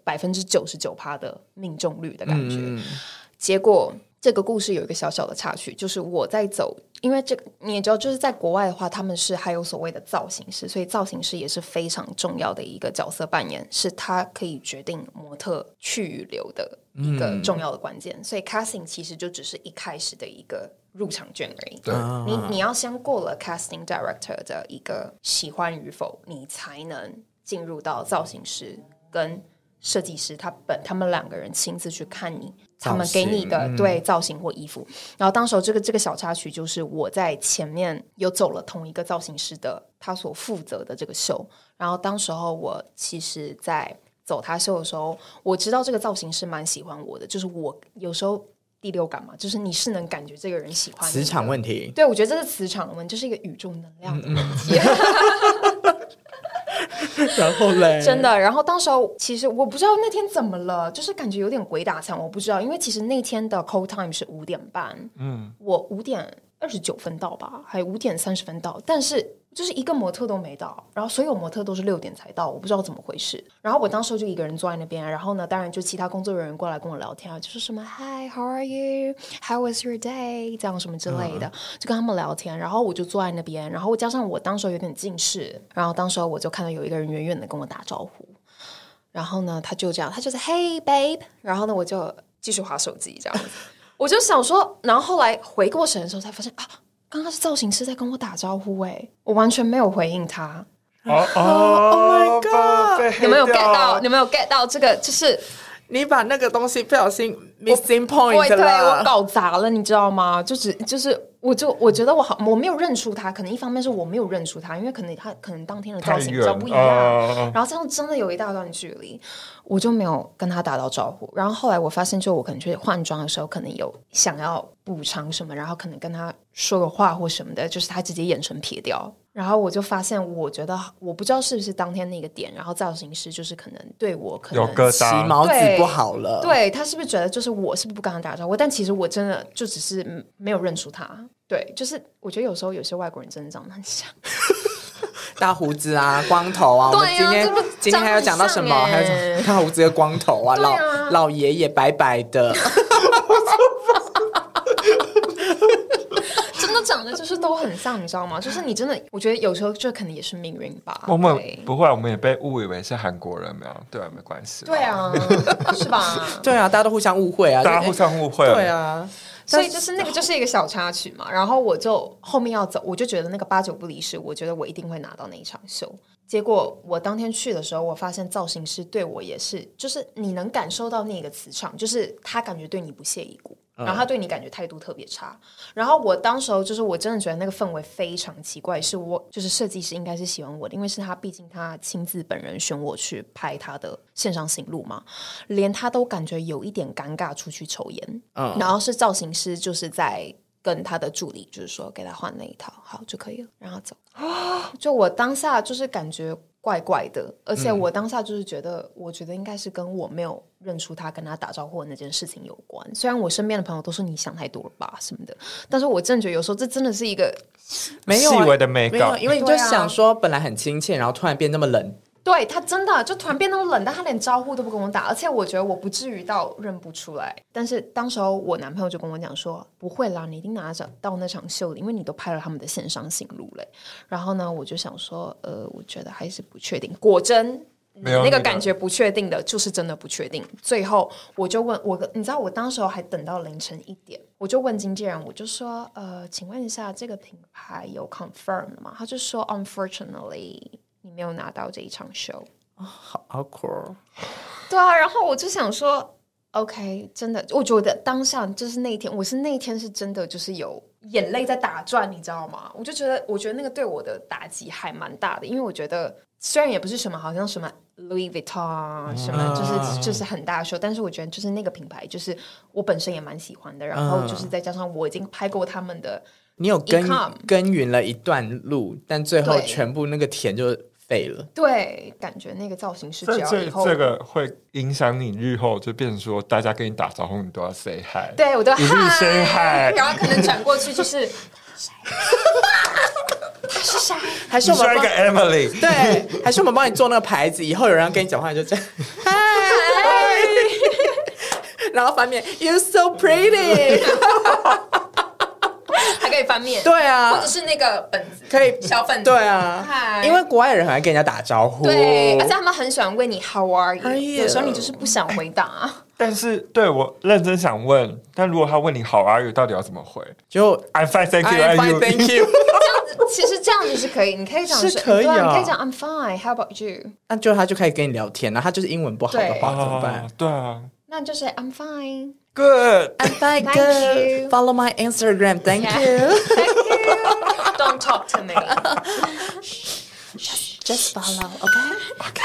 99%的命中率的感觉。结果这个故事有一个小小的插曲，就是我在走，因为这个你也知道，就是在国外的话，他们是还有所谓的造型师，所以造型师也是非常重要的一个角色扮演，是他可以决定模特去与留的一个重要的关键。所以 casting 其实就只是一开始的一个入场券而已。 对， 你要先过了 casting director 的一个喜欢与否，你才能进入到造型师跟设计师他们两个人亲自去看你，他们给你的对造型或衣服。然后当时这个小插曲就是我在前面有走了同一个造型师的他所负责的这个秀，然后当时候我其实在走他秀的时候，我知道这个造型师蛮喜欢我的，就是我有时候第六感嘛，就是你是能感觉这个人喜欢你的磁场问题。 对，我觉得这是磁场问题，就是一个宇宙能量的问题。 然后嘞， 真的，然后当时候其实我不知道那天怎么了，就是感觉有点鬼打墙，我不知道，因为其实那天的 call time 是5点半，我5点29分到吧，还5点30分到，但是就是一个模特都没到，然后所有模特都是6点才到，我不知道怎么回事。然后我当时就一个人坐在那边，然后呢，当然就其他工作人员过来跟我聊天，就说什么 Hi, how are you? How was your day? 这样什么之类的，就跟他们聊天。然后我就坐在那边，然后加上我当时有点近视，然后当时我就看到有一个人远远的跟我打招呼，然后呢，他就这样，他就是 Hey, babe， 然后呢，我就继续滑手机这样子。我就想说，然后后来回过神的时候才发现啊。刚刚是造型师在跟我打招呼我完全没有回应他。 Oh my god！ 有没有 get 到？有没有 get 到这个？就是你把那个东西不小心 missing point 了， 对，我搞砸了，你知道吗？就是我觉得我没有认出他，可能一方面是我没有认出他，因为可能当天的造型比较不一样，然后这样真的有一大段距离，我就没有跟他打到招呼。然后后来我发现，就我可能去换装的时候，可能有想要补偿什么，然后可能跟他说个话或什么的，就是他直接眼神撇掉。然后我就发现，我觉得我不知道是不是当天那个点，然后造型师就是可能对我可能有疙起瘩， 毛子不好了， 对他是不是觉得就是我是不是不跟他打招呼？但其实我真的就只是没有认出他。对，就是我觉得有时候有些外国人真的长得很像。 大胡子啊，光头啊。 对啊， 我们今天还有讲到什么？还有大胡子的光头啊，老爷爷白白的， 真的长得就是都很像，你知道吗？就是你真的，我觉得有时候这可能也是命运吧。 我们不会，我们也被误以为是韩国人，没有，对啊，没关系。 对啊，是吧？ 对啊，大家都互相误会啊， 大家互相误会。 对啊。 所以就是那个就是一个小插曲嘛，然后我就后面要走，我就觉得那个8、9不离10，我觉得我一定会拿到那一场秀。结果我当天去的时候，我发现造型师对我也是，就是你能感受到那个磁场，就是他感觉对你不屑一顾，然后他对你感觉态度特别差。然后我当时候就是我真的觉得那个氛围非常奇怪，是我就是设计师应该是喜欢我的，因为是他毕竟他亲自本人选我去拍他的线上行路嘛，连他都感觉有一点尴尬出去抽烟，然后是造型师就是在跟他的助理就是说给他换那一套好就可以了，让他走。就我当下就是感觉怪怪的，而且我当下就是觉得，我觉得应该是跟我没有认出他跟他打招呼的那件事情有关。虽然我身边的朋友都说你想太多了吧什么的，但是我真的觉得有时候这真的是一个没有细微的美感， 因为你就想说本来很亲切，然后突然变那么冷。 对，他真的就突然变那么冷，但他连招呼都不跟我打，而且我觉得我不至于到认不出来。但是当时候我男朋友就跟我讲说，不会啦，你一定拿着到那场秀的，因为你都拍了他们的线上行路嘞。然后呢，我就想说，我觉得还是不确定。果真没有那个感觉不确定的，就是真的不确定。最后我就问我，你知道我当时候还等到凌晨1点，我就问经纪人，我就说，请问一下这个品牌有 confirm 了吗？他就说 unfortunately。你没有拿到这一场秀， 好 awkward。 对啊，然后我就想说 ，OK， 真的，我觉得当下就是那一天，我是那一天是真的就是有眼泪在打转，你知道吗？我觉得那个对我的打击还蛮大的，因为我觉得虽然也不是什么好像什么 Louis Vuitton 什么就是很大秀，但是我觉得就是那个品牌就是我本身也蛮喜欢的，然后就是再加上我已经拍过他们的。 你有耕耘了一段路，但最后全部那个田就废了。 对，感觉那个造型师只要以后这个会影响你日后就变成说，大家跟你打招呼，你都要 say hi。 对，我都一律 say hi， 然后可能转过去就是他是谁？ 还是我们你说一个 Emily？ 对，还是我们帮你做那个牌子，以后有人要跟你讲话，你就这样，嗨，然后翻面 ，You so pretty。 还可以翻面， 对啊， 或者是那个本子， 可以小本子， 对啊，因为国外人很爱跟人家打招呼， 对，而且他们很喜欢问你 How are you？ you？ 有时候你就是不想回答， 但是对我认真想问，但如果他问你 How are you， 到底要怎么回？ 就 I'm fine, thank you, I'm fine, thank you。 其实这样子是可以，你可以讲是可以啊， 你可以讲 I'm fine, How about you？ 那就他就开始跟你聊天，然后他就是英文不好的话怎么办？ 对啊， 那就是 I'm fine。Good, I'm fine, Thank good. you. Follow my Instagram, thank you. Thank you. Don't talk to me. Just follow, okay?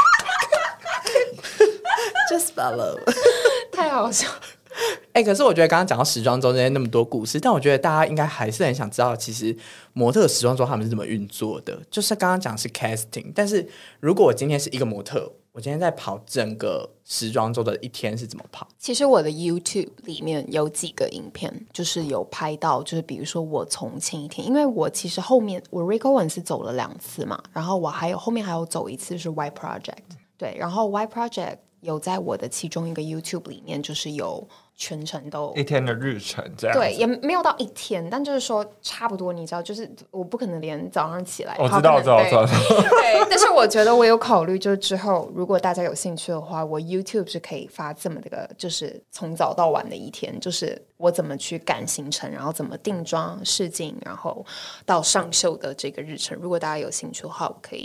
Just follow. 太好笑。 可是我觉得刚刚讲到时装周这些那么多故事，但我觉得大家应该还是很想知道，其实模特时装周他们是怎么运作的。就是刚刚讲是 casting， 但是如果我今天是一个模特，我今天在跑整个时装周的一天是怎么跑？ 其实我的 YouTube 里面有几个影片，就是有拍到，就是比如说我从前一天，因为我其实后面我 Rick Owens 是走了2次嘛，然后我后面还有走一次是 Y Project， 对，然后 Y Project 有在我的其中一个 YouTube 里面，就是有全程都一天的日程这样子， 对，也没有到一天，但就是说差不多，你知道，就是我不可能连早上起来， 我知道， 对，但是我觉得我有考虑，就是之后如果大家有兴趣的话，我 YouTube 是可以发这么个，就是从早到晚的一天，就是我怎么去赶行程，然后怎么定妆试镜，然后到上秀的这个日程。如果大家有兴趣的话，我可以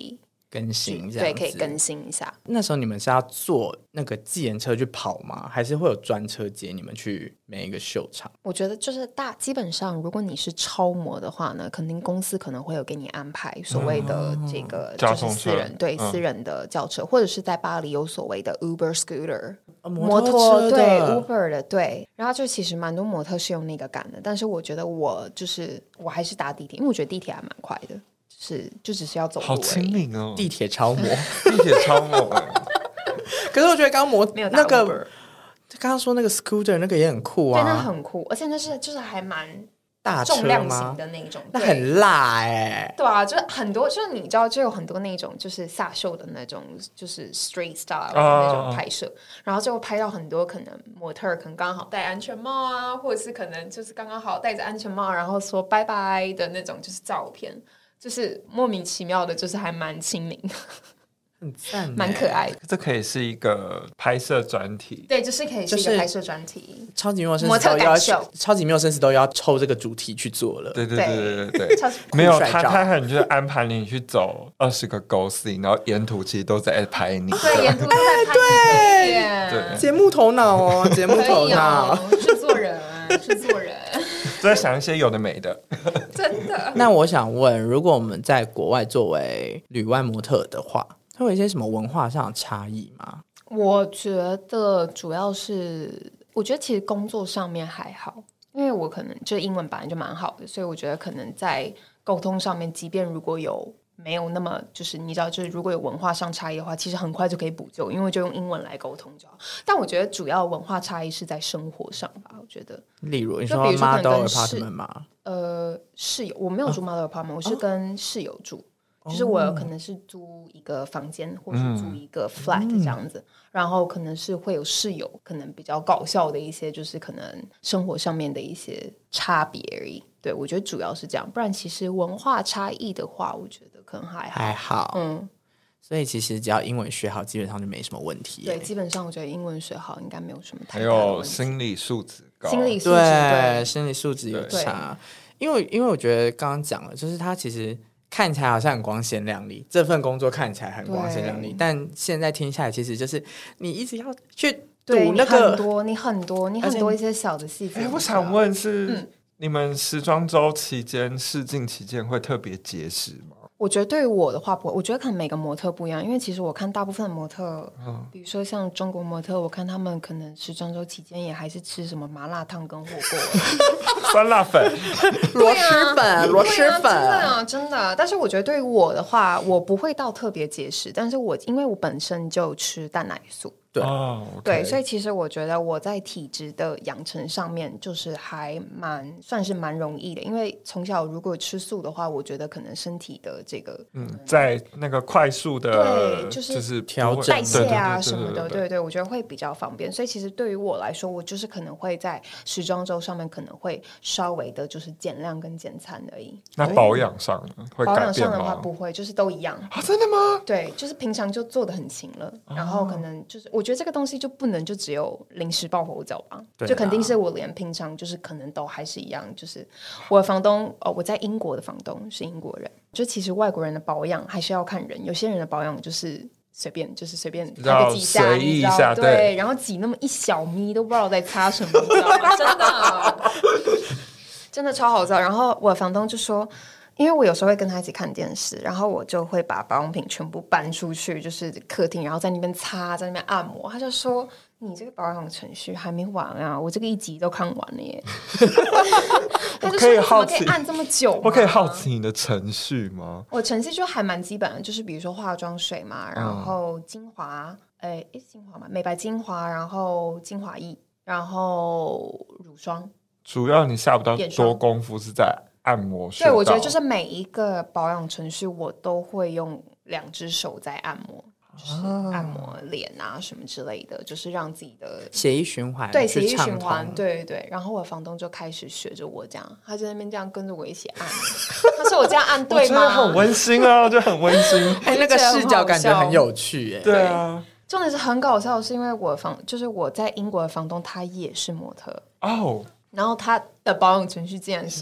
更新这样子， 对，可以更新一下。 那时候你们是要坐那个计程车去跑吗？还是会有专车接你们去每一个秀场？ 我觉得就是基本上，如果你是超模的话呢，肯定公司可能会有给你安排所谓的这个就是私人的轿车，或者是在巴黎有所谓的 Uber Scooter。摩托对 Uber 的对，然后就其实蛮多模特是用那个赶的，但是我觉得我还是搭地铁，因为我觉得地铁还蛮快的，就只是要走路而已。 好亲民哦， 地铁超模， 地铁超模。 可是我觉得刚刚没有打那个 Uber， 刚刚说那个 scooter 那个也很酷啊， 对，那很酷，而且那是就是还蛮大车吗重量型的那种， 那很辣哎、 对啊，就是很多，就是你知道，就有很多那种就是下秀的那种，就是 street style 的那种拍摄，然后就拍到很多可能模特可能刚好戴安全帽啊，或者是可能就是刚刚好戴着安全帽，然后说拜拜的那种，就是照片，就是莫名其妙的，就是还蛮亲民的。 很赞， 蛮可爱的。 这可以是一个拍摄专题， 对，就是可以是一个拍摄专题。 超级模模特感受， 超级缪绅士都要抽这个主题去做了。 对对对对对对，没有他很就是安排你去走20个 go scene， 然后沿途其实都在拍你。 对，沿途都在拍你。 对，节目头脑哦，节目头脑， 制作人，制作人。 在想一些有的没的， 真的。 那我想问，如果我们在国外作为旅外模特的话，会有一些什么文化上的差异吗？ 我觉得主要是，我觉得其实工作上面还好，因为我可能就英文本来就蛮好的，所以我觉得可能在沟通上面，即便如果没有那么就是你知道，就是如果有文化上差异的话，其实很快就可以补救，因为就用英文来沟通就好。但我觉得主要文化差异是在生活上吧，我觉得。 例如你说 model apartment 吗？ 室友我没有住 model apartment，我是跟室友住。就是我可能是租一个房间，或是租一个 flat 这样子，然后可能是会有室友，可能比较搞笑的一些，就是可能生活上面的一些差别而已。对，我觉得主要是这样，不然其实文化差异的话，我觉得可能还好。 所以其实只要英文学好，基本上就没什么问题。 对，基本上我觉得英文学好应该没有什么太大的问题。 还有心理素质高， 心理素质对，心理素质有差。因为我觉得刚刚讲了，就是他其实看起来好像很光鲜亮丽，这份工作看起来很光鲜亮丽，但现在听下来，其实就是你一直要去赌那个， 你很多一些小的细节。 我想问是，你们时装周期间试镜期间会特别节食吗？ 我觉得对于我的话不会，我觉得可能每个模特不一样，因为其实我看大部分的模特，比如说像中国模特，我看他们可能时装周期间也还是吃什么麻辣烫跟火锅、 酸辣粉、 螺蛳粉， 真的。但是我觉得对于我的话，我不会到特别节食，但是因为我本身就吃蛋奶素。对，所以其实我觉得我在体质的养成上面就是算是蛮容易的，因为从小如果吃素的话，我觉得可能身体的这个在那个快速的对就是调整代谢啊什么的，对，我觉得会比较方便。所以其实对于我来说，我就是可能会在时装周上面可能会稍微的就是减量跟减餐而已。 那保养上会改变吗？ 保养上的话不会，就是都一样啊？真的吗？ 对，就是平常就做得很勤了，然后可能就是我觉得这个东西就不能就只有临时抱佛脚吧，就肯定是我连平常就是可能都还是一样。就是我的房东我在英国的房东是英国人，就其实外国人的保养还是要看人，有些人的保养就是随便擦个几下， 随意一下， 对，然后挤那么一小咪都不知道在擦什么，你知道吗？真的真的超好笑。然后我的房东就说，因为我有时候会跟他一起看电视，然后我就会把保养品全部搬出去，就是客厅，然后在那边擦，在那边按摩。他就说：“你这个保养程序还没完啊，我这个一集都看完了耶。”他就说：“你怎么可以按这么久？” 我可以好奇你的程序吗？ 我程序就还蛮基本的，就是比如说化妆水嘛，然后精华，精华嘛，美白精华，然后精华液，然后乳霜。 主要你下不到多功夫是在按摩。 对，我觉得就是每一个保养程序我都会用2只手在按摩，就是按摩脸啊什么之类的，就是让自己的血液循环， 对，血液循环，对。然后我房东就开始学着我这样，他在那边这样跟着我一起按。他说我这样按对吗？ 我觉得很温馨啊，就很温馨。 那个视角感觉很有趣， 对啊。 重点是很搞笑的是，因为就是我在英国的房东，他也是模特哦。然后他的保养程序竟然是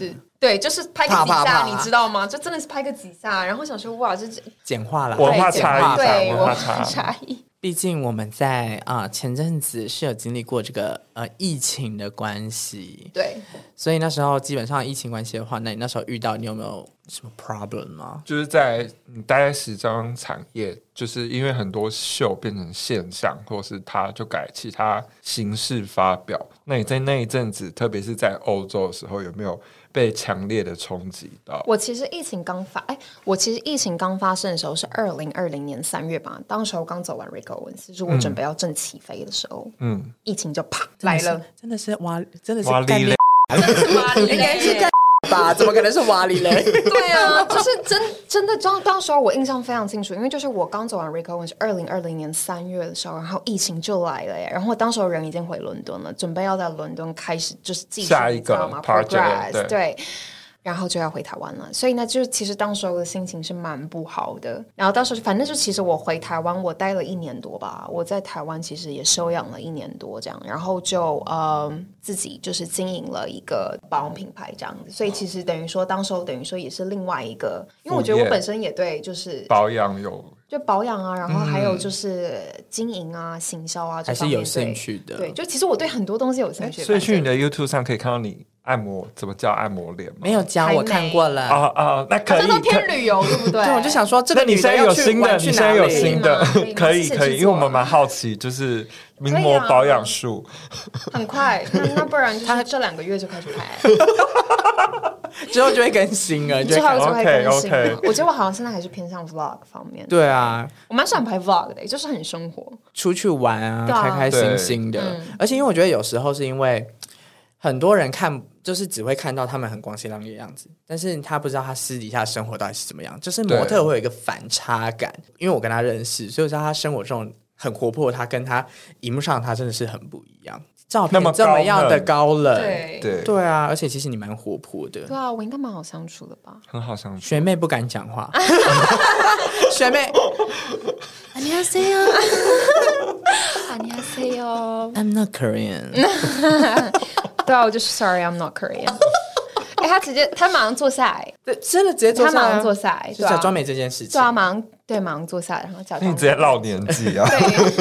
对，就是拍个几啪啪下， 啪你知道吗？就真的是拍个几下，然后想说哇，这简化了文化差异， 对文文化化差异。 毕竟我们在前阵子是有经历过这个疫情的关系， 对， 所以那时候基本上疫情关系的话，那你那时候遇到你有没有什么 problem 吗？ 就是在你待在时装产业，就是因为很多秀变成线上，或是它就改其他形式发表。那你在那一阵子，特别是在欧洲的时候，有没有被强烈的冲击到？ 我其实疫情刚发生的时候是2020年3月吧，当时候刚走完 Rick Owens，就是我准备要正起飞的时候，疫情就啪来了， 真的是哇哩嘞， 应该是干吧？怎么可能是瓦里嘞？ 对啊，就是真的当时候我印象非常清楚，因为就是我刚走完 Rick Owens 是2020年3月的时候，然后疫情就来了耶，然后当时候人已经回伦敦了，准备要在伦敦开始就是继续下一个 progress 对。然后就要回台湾了，所以呢，就是其实当时候的心情是蛮不好的。然后当时反正就其实我回台湾，我待了1年多吧。我在台湾其实也休养了1年多这样，然后就自己就是经营了一个保养品牌这样子。所以其实等于说，当时候等于说也是另外一个，因为我觉得我本身也对就是保养就保养啊，然后还有就是经营啊、行销啊， 还是有兴趣的。 对，就其实我对很多东西有兴趣。 所以去你的 YouTube 上可以看到你按摩怎么叫按摩脸吗？ 没有教，我看过了。 那可以。 好像都偏旅游，对不对？ 对，我就想说，这个你现在有新的， 你现在有新的，可以，因为我们蛮啊好奇，就是名模保养术， 很快。那不然就是这2个月就开始拍。 之后就会更新了， 之后就会更新。 OK 我觉得我好像现在还是偏向 vlog 方面。 对啊， 我蛮喜欢拍 vlog 的，就是很生活， 出去玩啊， 对啊开开心心的。而且因为我觉得有时候是因为很多人看就是只会看到他们很光鲜亮丽的样子，但是他不知道他私底下生活到底是怎么样。就是模特会有一个反差感，因为我跟他认识，所以我知道他生活中很活泼，他跟他荧幕上他真的是很不一样。照片这么样的高冷，对啊，而且其实你蛮活泼的。 对啊，我应该蛮好相处的吧？ 很好相处。 学妹不敢讲话，学妹 안녕하세요 안녕하세요 I'm not Korean 对啊，我就是 Sorry I'm not Korean 他马上坐下来， 对，真的直接坐下来， 他马上坐下来， 就假装没这件事情。 对啊，马上坐下来，然后假装。 你直接唠年纪啊？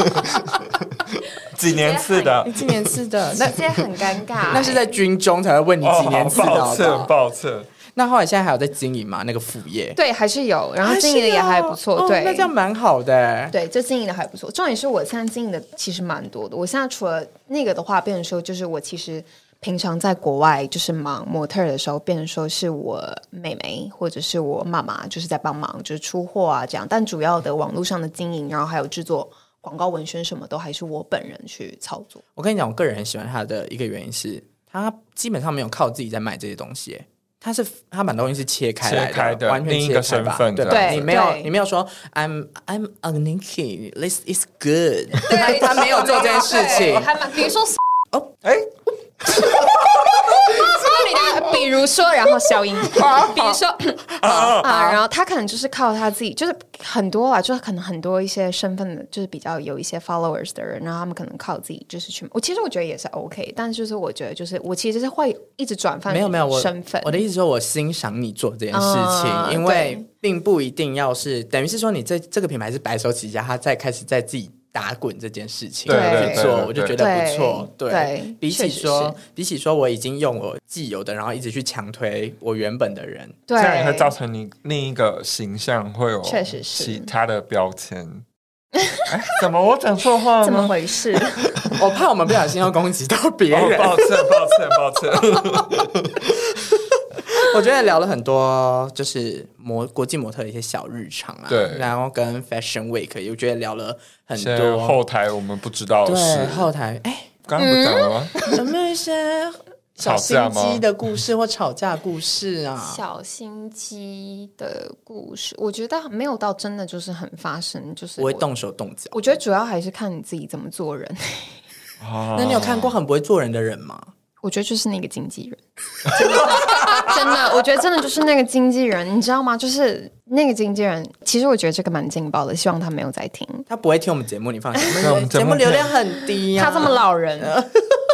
几年次的？ 几年次的？ 直接很尴尬。 那是在军中才会问你几年次的。 抱歉。 那后来现在还有在经营吗？那个副业？ 对，还是有，然后经营的也还不错。对， 那这样蛮好的。 对，就经营的还不错。重点是我现在经营的其实蛮多的。我现在除了那个的话，变成说就是我其实平常在国外就是忙模特的时候，变成说是我妹妹或者是我妈妈就是在帮忙，就是出货啊这样。但主要的网络上的经营，然后还有制作广告文宣什么都还是我本人去操作。 我跟你讲，我个人很喜欢他的一个原因是，他基本上没有靠自己在卖这些东西。他把东西是切开来的，完全另一个身份。 对，你没有说 I'm Aniki, this is good。他没有做这件事情。 比如说比如说，然后消音。比如说然后他可能就是靠他自己，就是很多啊，就是可能很多一些身份的，就是比较有一些 followers 的人，然后他们可能靠自己就是去。其实我觉得也是 OK， 但是就是我觉得就是我其实是会一直转换没有身份。 我的意思说，我欣赏你做这件事情，因为并不一定要是等于是说你这个品牌是白手起家，他再开始在自己打滚这件事情去做，我就觉得不错。对，比起说我已经用我既有的，然后一直去强推我原本的人， 这样也会造成你另一个形象会有确实是其他的标签。怎么我讲错话了？ 怎么回事？ 我怕我们不小心要攻击到别人。 抱歉。 我觉得聊了很多，就是国际模特的一些小日常啊， 对， 然后跟 Fashion Week， 我觉得聊了很多后台我们不知道的事。 对，后台刚刚不讲了吗？ 有没有一些小心机的故事或吵架故事啊？ 小心机的故事，我觉得没有到真的就是很发生，就是不会动手动脚。 我觉得主要还是看你自己怎么做人。 那你有看过很不会做人的人吗？ 我觉得就是那个经纪人，真的，我觉得真的就是那个经纪人，你知道吗？就是那个经纪人，其实我觉得这个蛮劲爆的，希望他没有在听。 他不会听我们节目，你放心，我们节目流量很低啊。 他这么老人，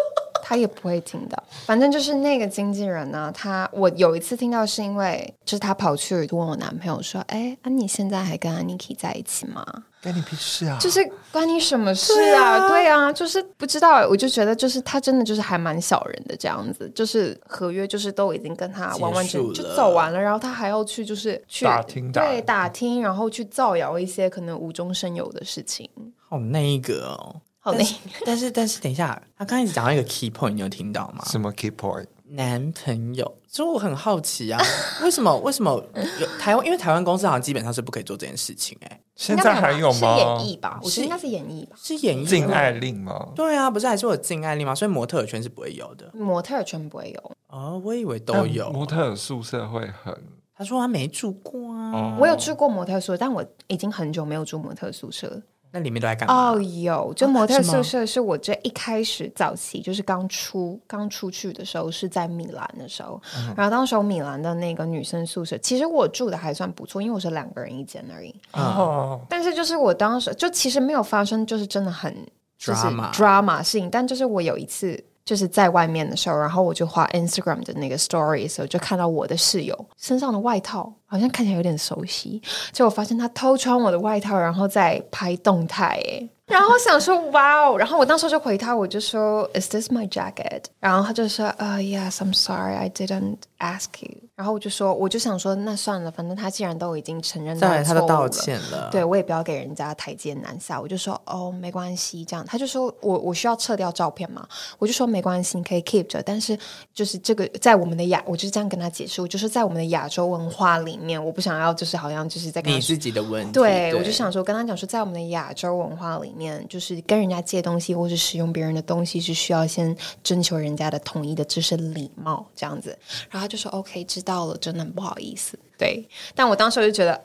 他也不会听到。反正就是那个经纪人呢，我有一次听到是因为就是他跑去问我男朋友说：“哎，你现在还跟 Aniki 在一起吗？” 关你屁事啊！ 就是关你什么事啊？对啊，就是不知道，我就觉得就是他真的就是还蛮小人的这样子，就是合约就是都已经跟他完完全就走完了，然后他还要去就是去打听， 对打听，然后去造谣一些可能无中生有的事情。 好那个哦， 好那但是等一下，他刚才讲到一个 key point，你有听到吗？ 什么 key point？ 男朋友，所以我很好奇啊，为什么有台湾？因为台湾公司好像基本上是不可以做这件事情现在还有吗？ 是演艺吧？我觉得应该是演艺吧？ 是演艺禁爱令吗？ 对啊，不是还是有禁爱令吗？所以模特儿圈是不会有的。 模特儿圈不会有哦，我以为都有。 模特儿宿舍会很…… 他说他没住过啊。 我有住过模特宿舍，但我已经很久没有住模特宿舍。 那里面都在干嘛？ 哦，有，就模特宿舍是我这一开始早期就是刚出去的时候是在米兰的时候，然后当时米兰的那个女生宿舍，其实我住的还算不错，因为我是2个人一间而已。但是就是我当时就其实没有发生就是真的很就是 drama 事情，但就是我有一次。就是在外面的时候，然后我就滑 Instagram 的那个 story 的时候，就看到我的室友身上的外套好像看起来有点熟悉，结果发现他偷穿我的外套，然后再拍动态然后我想说哇哦，然后我当时就回他，我就说 Is this my jacket？ 然后他就说Yes, I'm sorry, I didn't ask you。然后我就想说那算了，反正他既然都已经承认他都道歉了， 对我也不要给人家台阶难下，我就说没关系这样。他就说我需要撤掉照片嘛，我就说没关系，你可以 keep 着，但是就是这个在我们的我就是这样跟他解释，我就是在我们的亚洲文化里面，我不想要就是好像就是在跟他你自己的问题， 对，我就想说跟他讲说，在我们的亚洲文化里面，就是跟人家借东西或是使用别人的东西是需要先征求人家的同意的，这是礼貌这样子。然后他就说 OK 知道了，真的很不好意思。对，但我当时就觉得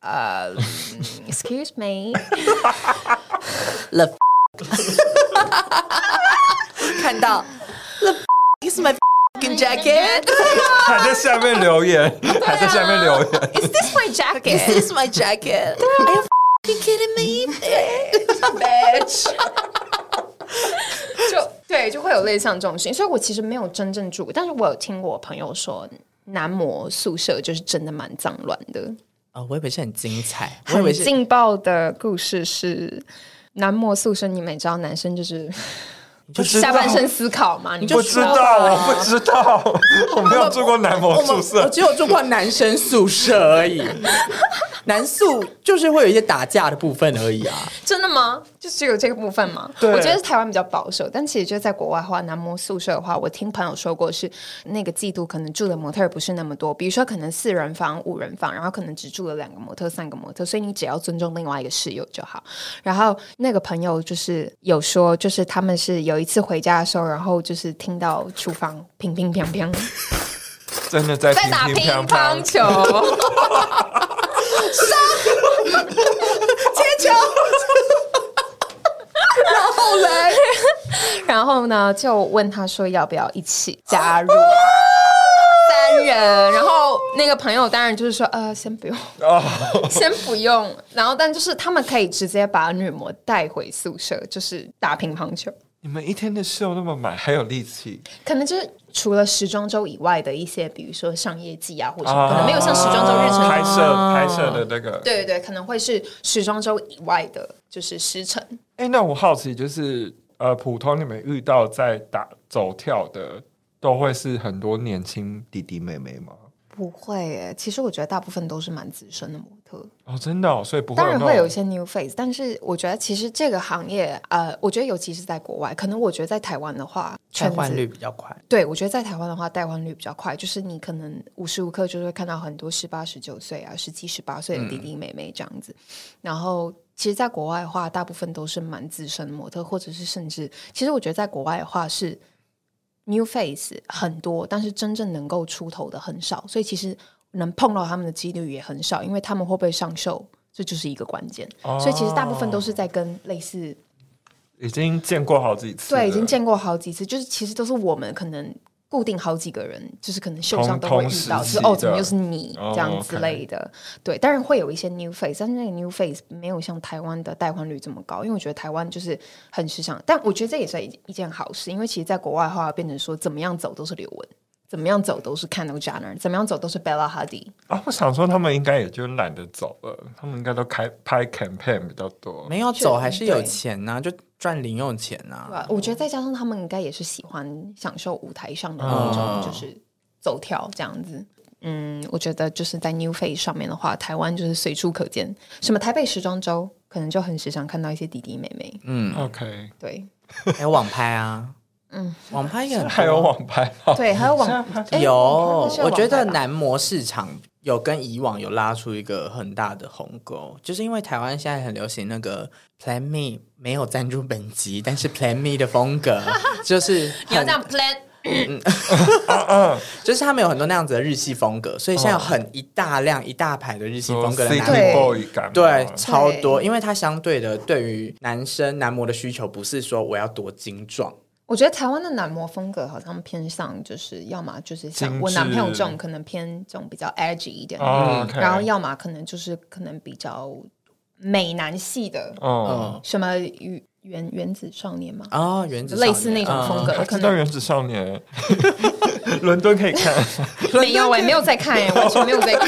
excuse me the 看到 the is my jacket 还在下面留言还在下面留言 Is this my jacket? Is this my jacket? Are you f***ing kidding me? Bitch 就会有类似像这种事情，所以我其实没有真正住过，但是我有听过我朋友说男模宿舍就是真的蛮脏乱的。 我以为是很精彩， 很劲爆的故事是男模宿舍，你们也知道男生就是下半身思考嘛？你不知道，我不知道，我没有住过男模宿舍， 我只有住过男生宿舍而已。男宿就是会有一些打架的部分而已啊。 真的吗？就只有这个部分吗？我觉得是台湾比较保守，但其实就在国外的话，男模宿舍的话，我听朋友说过是那个季度可能住的模特不是那么多，比如说可能4人房、5人房，然后可能只住了2个模特、3个模特，所以你只要尊重另外一个室友就好。然后那个朋友就是有说，就是他们是有一次回家的时候，然后就是听到厨房乒乒乓乓， 真的在打乒乓球。 接球然后呢就问他说要不要一起加入3人，然后那个朋友当然就是说先不用先不用，然后但就是他们可以直接把女模带回宿舍，就是打乒乓球。 你们一天的秀那么满，还有力气？ 可能就是除了时装周以外的一些，比如说上夜季啊，或者可能没有像时装周日程拍摄的那个， 对对对，可能会是时装周以外的，就是时程。 那我好奇，就是普通你们遇到在走跳的，都会是很多年轻弟弟妹妹吗？ 不会耶，其实我觉得大部分都是蛮资深的模特真的所以不会当然会有一些 new face， 但是我觉得其实这个行业我觉得尤其是在国外，可能我觉得在台湾的话代换率比较快。 对，我觉得在台湾的话代换率比较快，就是你可能无时无刻就会看到很多18、19岁啊、17、18岁的弟弟妹妹这样子。然后其实在国外的话大部分都是蛮资深的模特，或者是甚至其实我觉得在国外的话是new face 很多，但是真正能够出头的很少，所以其实能碰到他们的几率也很少，因为他们会不会上秀这就是一个关键。所以其实大部分都是在跟类似已经见过好几次， 对，已经见过好几次，就是其实都是我们可能固定好几个人，就是可能秀上都会遇到，就是怎么又是你这样之类的。对，当然会有一些 new face， 但是那个 new face 没有像台湾的代换率这么高，因为我觉得台湾就是很时尚，但我觉得这也是一件好事，因为其实在国外的话变成说怎么样走都是刘雯。怎么样走都是 Kendall Jenner， 怎么样走都是 Bella Hadid 啊！我想说他们应该也就懒得走了，他们应该都拍 campaign 比较多。 没有走还是有钱啊，就赚零用钱啊。 我觉得再加上他们应该也是喜欢享受舞台上的那种，就是走跳这样子。我觉得就是在 New Face 上面的话，台湾就是随处可见，什么台北时装周可能就很时常看到一些弟弟妹妹。 OK， 对， 还有网拍啊。网拍也很多还有网拍对，还有网有，我觉得男模市场有跟以往有拉出一个很大的鸿沟，就是因为台湾现在很流行那个 Plan Me， 没有赞助本集，但是 Plan Me 的风格就是你要这样 Plan。 就是他们有很多那样子的日系风格，所以现在有一大量一大排的日系风格的男模，对，超多，因为它相对的对于男模的需求不是说我要多精壮。 我觉得台湾的男模风格好像偏向就是要么就是像我男朋友这种可能偏这种比较 edgy 一点然后要么可能就是可能比较美男系的什么原子少年吗？ 原子少年类似那种风格可能原子少年伦敦可以看没有没有在看完全没有在看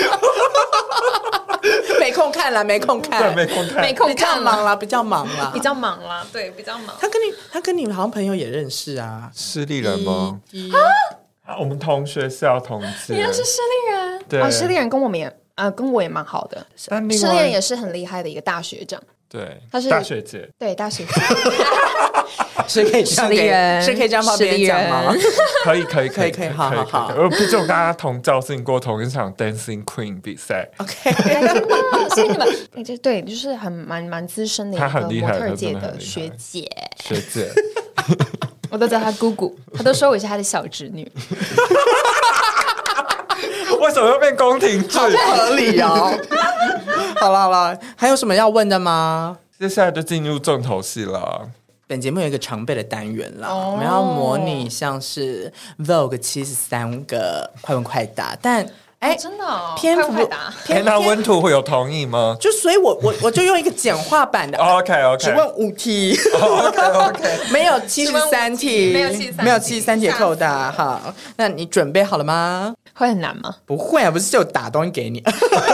没空看啦，没空看， 没空看， 比较忙啦，比较忙啦，对，比较忙。 他跟你好像朋友也认识啊， 施利人吗？我们同学校同届， 你认识施利人？ 对， 施利人跟我们也跟我也蛮好的，施利人也是很厉害的一个大学长。 对， 他是大学姐， 对大学姐， 是可以这样帮别人讲吗？ 可以， 好。 毕竟我跟他同教进过同一场 Dancing Queen 比赛。 OK， 所以你们对，就是蛮资深的一个模特界的学姐。我都叫她姑姑，她都说我是她的小侄女。 为什么要变宫廷剧？ 好不合理哦。好了，还有什么要问的吗？ 接下来就进入重头戏了。 本节目有一个常备的单元啦，我们要模拟像是 Vogue 73个快问快答，但真的篇幅快答， 那温图会有同意吗？ 所以我就用一个简化版的 OK， 只问5题 OK， 没有73题，没有73题扣答。好，那你准备好了吗？ 会很难吗？ 不会啊，不是就打东西给你。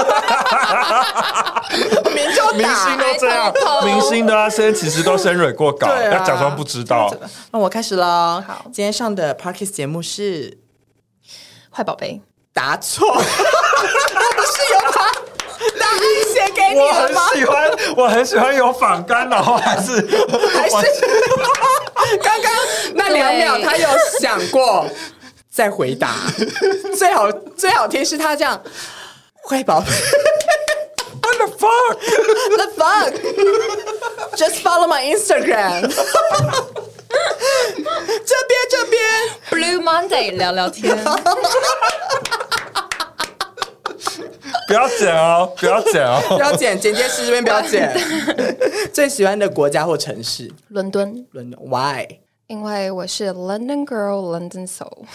明星都这样，明星都要其实都先蕊过稿，要假装不知道。 那我开始了。 好， 今天上的 Podcast 节目是坏宝贝， 答错。不是有把答案写给你了吗？ 我很喜欢有仿纲，然后还是刚刚那2秒他有想过再回答，最好听是他这样，坏宝贝。 What the fuck? The fuck? Just follow my Instagram. 这边 Blue Monday 聊聊天。 不要剪哦，不要剪，剪接师这边不要剪。最喜欢的国家或城市？ 伦敦。 Why？ 因为我是 London Girl London Soul。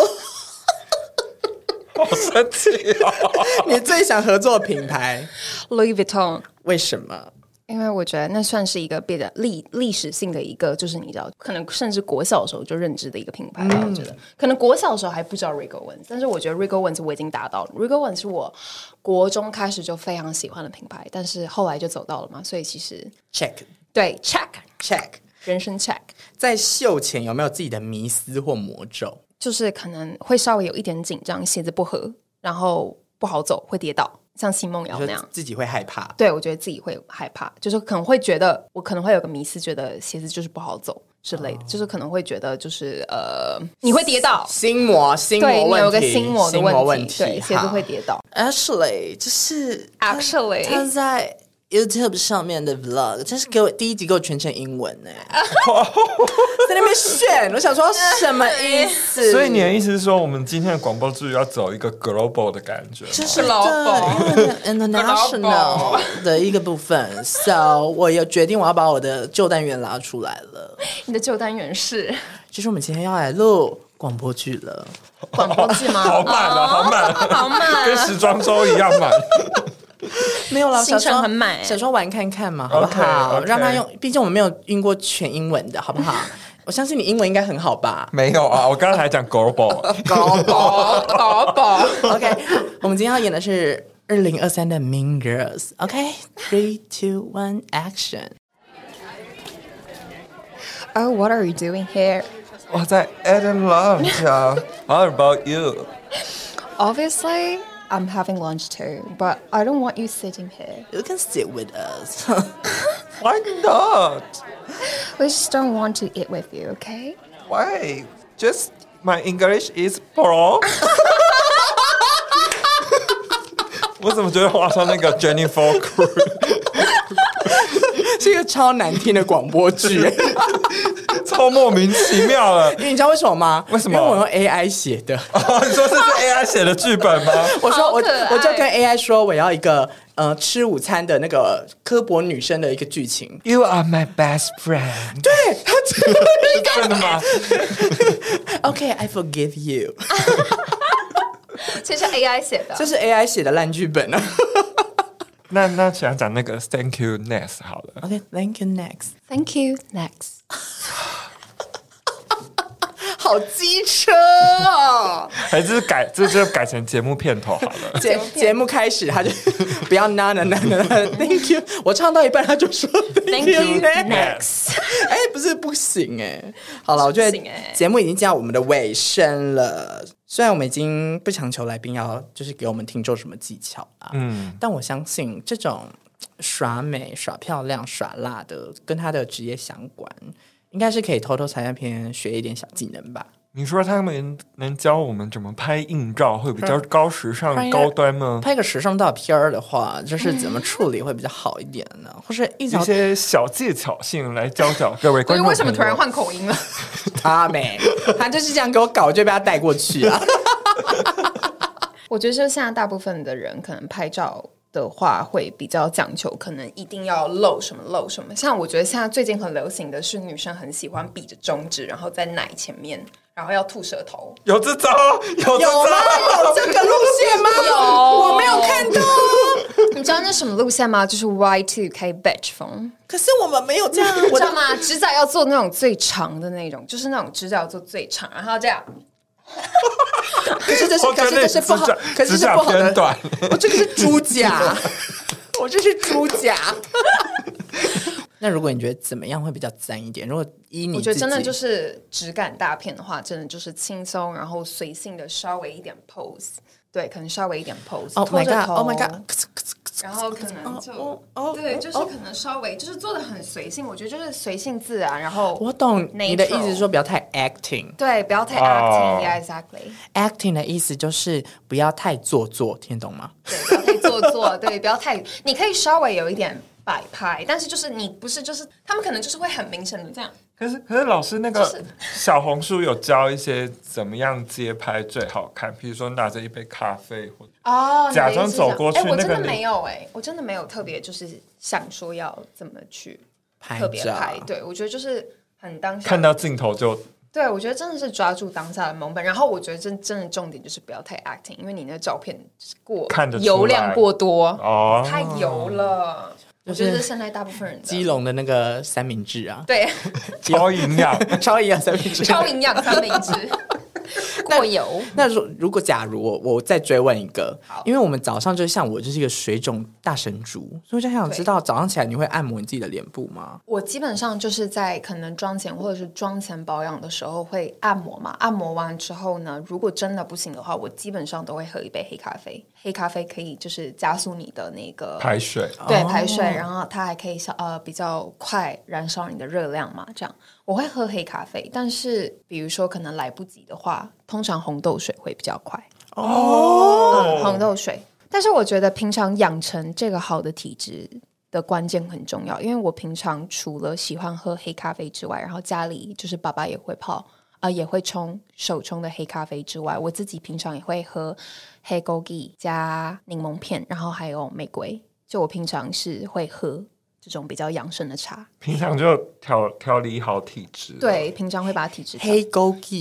好生气哦！ 你最想合作的品牌 Louis Vuitton， 为什么？ 因为我觉得那算是一个比较历史性的一个，就是你知道，可能甚至国小的时候就认知的一个品牌。我觉得可能国小的时候还不知道 Rigo Owens， 但是我觉得 Rigo Owens 我已经达到了。Rigo Owens 是我国中开始就非常喜欢的品牌，但是后来就走到了嘛，所以其实 check 对 check 人生 check。 在秀前有没有自己的迷思或魔咒？ 就是可能会稍微有一点紧张，鞋子不合，然后不好走，会跌倒，像奚梦瑶那样， 自己会害怕。 对，我觉得自己会害怕，就是可能会觉得我可能会有个迷思，觉得鞋子就是不好走之类的，就是可能会觉得就是你会跌倒， 心魔问题， 对，你有个心魔的问题，对，鞋子会跌倒。 Ashley 就是 Actually 他在YouTube 上面的 vlog， 真是第一集给我全程英文呢，在那边炫，我想说什么意思？ 所以你的意思是说，我们今天的广播剧要走一个 global 的感觉， 这是 international 的一个部分。So 我有决定，我要把我的旧单元拉出来了。 你的旧单元是？ 就是我们今天要来录广播剧了。 广播剧吗？ 好满啊，好满， 好满， 跟时装周一样满。 没有啦， 行程很满小时候玩看看嘛，好不好？ OK 让他用，毕竟我们没有用过全英文的，好不好？我相信你英文应该很好吧？ 没有啊，我刚才还讲 global。 高宝。OK， 我们今天要演的是2023的 Mean Girls。OK，3、2、1 Action。 Oh, what are you doing here? 我在 eating lunch 啊。How about you? Obviously, I'm having lunch too, but I don't want you sitting here. You can sit with us. Why not? We just don't want to eat with you, okay? Why? Just my English is pro. 我怎么觉得画上那个 Jennifer Cruz 是一个超难听的广播剧， 超莫名其妙了？ 因为你知道为什么吗？ 为什么因为我用 AI 写的。 哦，你说这是 AI 写的剧本吗？ 我说我好可爱就跟 AI 说我要一个吃午餐的那个刻薄女生的一个剧情。 You are my best friend。 对，他真的吗？ OK，I forgive you。 这是 AI 写的。 这是 AI 写的烂剧本啊。 那想讲那个 Thank you next 好了。 OK，Thank you next。 Thank you. Next. 好机车哦！ 还是这就改成节目片头好了。 节目开始他就不要 Thank you， 我唱到一半他就说 Thank you. Next. 哎，不是不行哎。好了，我觉得节目已经进到我们的尾声了。虽然我们已经不强求来宾要就是给我们听众什么技巧啦，但我相信这种耍美、耍漂亮、耍辣的，跟他的职业相关，应该是可以偷偷在那边学一点小技能吧。 你说他们能教我们怎么拍硬照会比较高时尚、高端吗？ 拍个时尚大片儿的话，就是怎么处理会比较好一点呢？或是一些小技巧性来教各位观众朋友。 为什么突然换口音了？ 他没，他就是这样给我搞，就被他带过去啊。 我觉得就现在大部分的人可能拍照的话会比较讲求，可能一定要露什么露什么。像我觉得现在最近很流行的是女生很喜欢比着中指，然后在奶前面，然后要吐舌头。 有这招？有吗？有这个路线吗？ 有， 我没有看到。 你知道那什么路线吗？就是 Y2K bitch 风。 可是我们没有这样， 你知道吗？指甲要做那种最长的那种，就是那种指甲要做最长，然后这样。 可是这是不好，可是是不好的。 短， 我这个是猪甲，我这是猪甲。那如果你觉得怎么样会比较赞一点？如果依你， 我觉得真的就是质感大片的话，真的就是轻松，然后随性的稍微一点 pose， 对，可能稍微一点 pose。Oh my god! Oh my god! 然后可能就对，就是可能稍微就是做的很随性，我觉得就是随性自然。然后我懂你的意思，是说不要太 acting， 对，不要太 acting，yeah exactly。acting 的意思就是不要太做作，听得懂吗？ 对，不要太做作，对，不要太，你可以稍微有一点摆拍，但是就是你不是就是他们可能就是会很明显的这样。 可是老师那个小红书有教一些怎么样街拍最好看，比如说拿着一杯咖啡或者假装走过去。 我真的没有我真的没有特别就是想说要怎么去特别拍。对，我觉得就是很当下看到镜头就。 对，我觉得真的是抓住当下的 moment， 然后我觉得真的重点就是不要太 acting， 因为你那照片油量过多，太油了。我觉得是现在大部分人基隆的那个三明治啊， 对， 超营养， 超营养三明治， 超营养三明治。过油。 那如果假如我再追问一个，因为我们早上就像我就是一个水肿大神猪，所以我就想知道早上起来你会按摩你自己的脸部吗？ 我基本上就是在可能妆前或者是妆前保养的时候会按摩嘛，按摩完之后呢，如果真的不行的话，我基本上都会喝一杯黑咖啡。黑咖啡可以就是加速你的那个排水， 对，排水，然后它还可以比较快燃烧你的热量嘛，这样。我会喝黑咖啡，但是比如说可能来不及的话，通常红豆水会比较快红豆水。但是我觉得平常养成这个好的体质的关键很重要，因为我平常除了喜欢喝黑咖啡之外，然后家里就是爸爸也会泡也会冲手冲的黑咖啡之外，我自己平常也会喝黑枸杞加柠檬片，然后还有玫瑰，就我平常是会喝这种比较养生的茶， 平常就调理好体质。 对，平常会把体质黑枸杞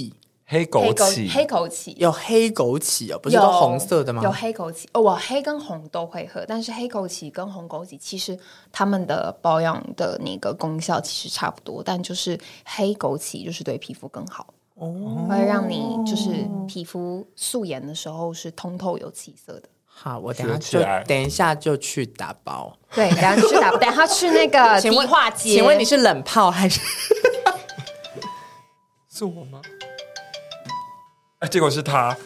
黑枸杞， 黑枸杞有黑枸杞哦，不是都红色的吗？ 有黑枸杞我黑跟红都会喝，但是黑枸杞跟红枸杞其实它们的保养的那个功效其实差不多，但就是黑枸杞就是对皮肤更好。会让你就是皮肤素颜的时候是通透有气色的。 好，我等一下就去打包。 对，等一下去打包，等一下去那个迪化街。 请问你是冷泡还是？ 是我吗？结果是他。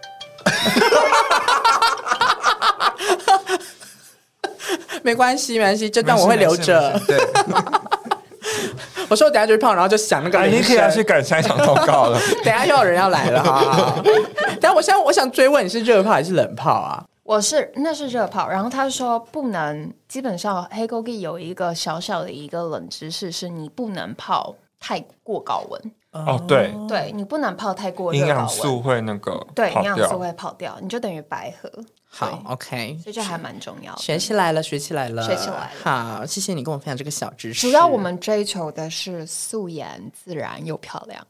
没关系，这段我会留着。对。我说我等一下就去泡，然后就想那个。 你可以要去赶下一场通告了。 等一下又有人要来了，好。等一下我想追问你是热泡还是冷泡啊？ 那是热泡，然后他说不能，基本上黑枸杞有一个小小的一个冷知识，是你不能泡太过高温。 对， 你不能泡太过热高温， 营养素会那个对，营养素会跑掉，你就等于白喝。 好 ，OK， 所以这还蛮重要的。 学起来了。好，谢谢你跟我分享这个小知识。 主要我们追求的是素颜、自然又漂亮。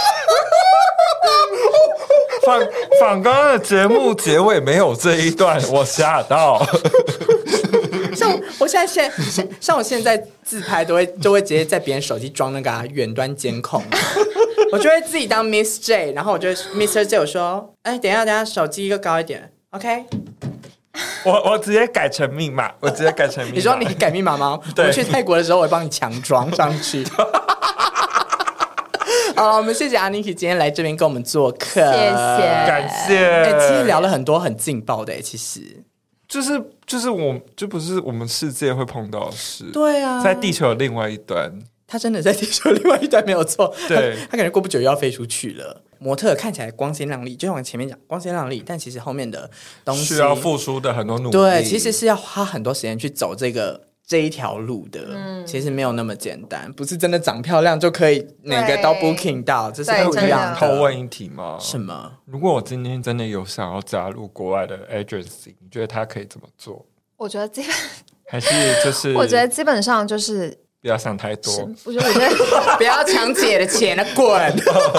仿刚刚的节目结尾没有这一段，我吓到。 像我现在自拍就会直接在别人手机装那个远端监控，我就会自己当 Miss J， 然后我就 Mr. J 我说，等一下，手机一个高一点 ，OK。 我直接改成密码， 你说你改密码吗？我去泰国的时候，我会帮你强装上去。好，我们谢谢阿 Niki 今天来这边跟我们做客，谢谢， 感谢。 其实聊了很多很劲爆的，其实就是就不是我们世界会碰到的事。 对啊， 在地球的另外一端。 他真的在地球另外一端没有错， 对， 他感觉过不久又要飞出去了。模特看起来光鲜亮丽，就像我前面讲光鲜亮丽，但其实后面的东西需要付出的很多努力， 对，其实是要花很多时间去走这一条路的，其实没有那么简单，不是真的长漂亮就可以哪个都 booking 到，这是不一样的。 偷问一题吗？ 什么？ 如果我今天真的有想要加入国外的 agency， 你觉得他可以怎么做？ 我觉得还是就是我觉得基本上就是不要想太多。 我觉得不要抢姐的钱了，滚！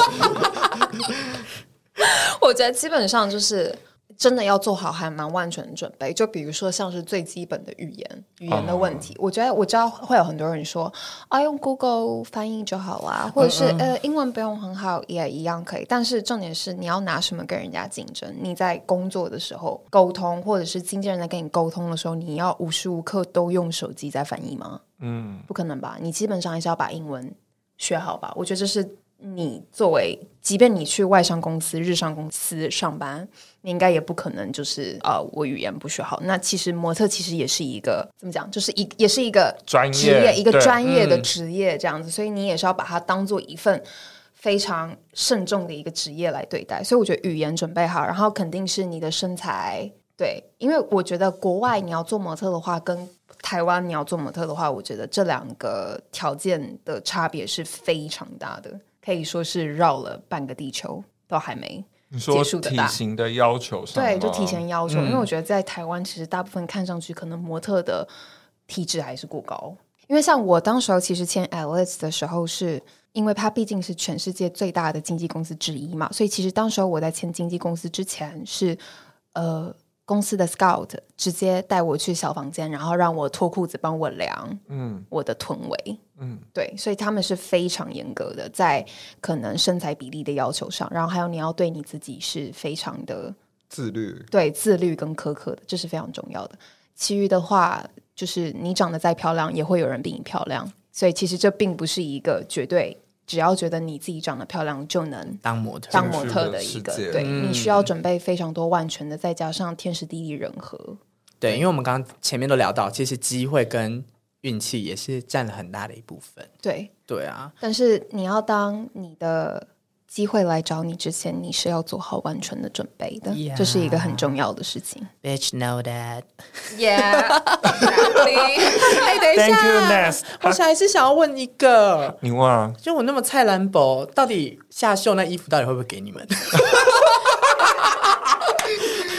我觉得基本上就是真的要做好还蛮万全的准备，就比如说像是最基本的语言的问题，我知道会有很多人说用 Google 翻译就好啦，或者是英文不用很好也一样可以，但是重点是你要拿什么跟人家竞争？你在工作的时候沟通，或者是经纪人在跟你沟通的时候，你要无时无刻都用手机在翻译吗？不可能吧，你基本上还是要把英文学好吧。我觉得这是你作为即便你去外商公司日商公司上班，你应该也不可能就是我语言不学好。那其实模特其实也是一个怎么讲，就是也是一个专职业，一个专业的职业这样子，所以你也是要把它当做一份非常慎重的一个职业来对待。所以我觉得语言准备好，然后肯定是你的身材，对，因为我觉得国外你要做模特的话跟台湾你要做模特的话，我觉得这两个条件的差别是非常大的，可以说是绕了半个地球都还没结束的大。 你说体型的要求上吗？ 对，就体型要求，因为我觉得在台湾其实大部分看上去可能模特的体质还是过高。因为像我当时候其实签 Alex 的时候，是因为它毕竟是全世界最大的经纪公司之一嘛，所以其实当时候我在签经纪公司之前是公司的 scout 直接带我去小房间，然后让我脱裤子帮我量我的臀围，对，所以他们是非常严格的在可能身材比例的要求上，然后还有你要对你自己是非常的自律， 对，自律跟苛刻的，这是非常重要的。其余的话就是你长得再漂亮也会有人比你漂亮，所以其实这并不是一个绝对只要觉得你自己长得漂亮就能当模特的一个，对，你需要准备非常多万全的，再加上天时地利人和。 对，因为我们刚刚前面都聊到，其实机会跟运气也是占了很大的一部分。对啊， 但是你要当你的机会来找你之前，你是要做好完全的准备的，这是一个很重要的事情。 Bitch know that. Yeah, exactly. 等一下 Thank you, Ness. 我还是想要问一个， 你问啊？ 就我那么菜兰博，到底下秀那衣服到底会不会给你们？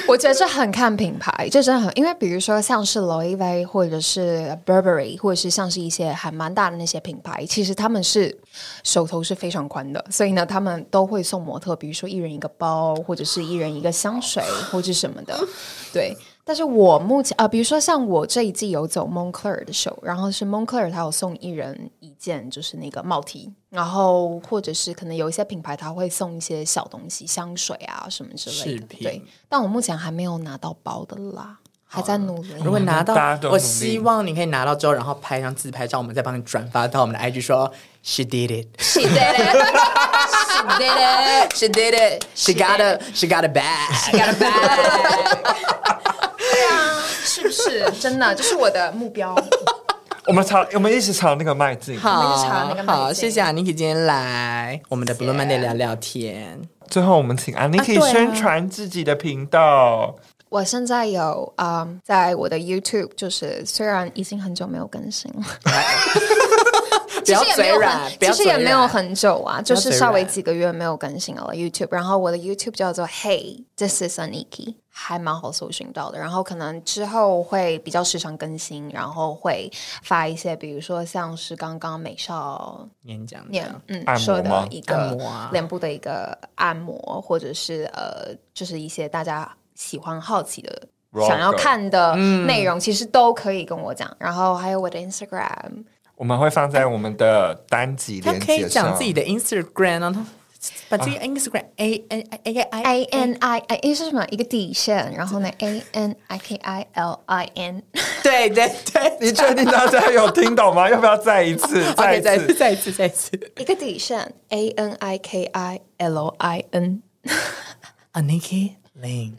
我觉得这很看品牌，这真的很，因为比如说像是 Louis V 或者是 Burberry， 或者是像是一些还蛮大的那些品牌，其实他们是手头是非常宽的，所以呢，他们都会送模特，比如说一人一个包，或者是一人一个香水，或者什么的，对。但是我目前比如说像我这一季有走 Moncler 的秀，然后是 Moncler 他有送一人一件就是那个帽 T， 然后或者是可能有一些品牌他会送一些小东西，香水啊什么之类的，对。但我目前还没有拿到包的啦，还在努力。 如果拿到，我希望你可以拿到之后，然后拍一张自拍照，我们再帮你转发到我们的 IG 说 She did it, She did it, She did it, She did it, She got a bag, She got a bag 对啊，是不是真的？这是我的目标。 我们一起朝那个迈进。 好，谢谢 Aniki 今天来我们的 Blue Monday 聊聊天。 最后，我们请 Aniki 宣传自己的频道。 我现在有在我的 YouTube， 就是虽然已经很久没有更新了。其实也没有很久啊，就是稍微几个月没有更新了 YouTube。然后我的 YouTube 叫做 Hey This is Aniki， 还蛮好搜寻到的。然后可能之后会比较时常更新，然后会发一些，比如说像是刚刚美少演讲说的一个脸部的一个按摩，或者是就是一些大家喜欢好奇的。想要看的内容其实都可以跟我讲，然后还有我的 Instagram， 我们会放在我们的单集连结上。 他可以讲自己的 Instagram 啊，把这个 Instagram ANI 是什么？一个底线，然后呢 ANIKILIN。 对对对， 你确定大家有听懂吗？要不要再一次？ 再一次。 一个底线 ANIKILIN。 Aniki Ling。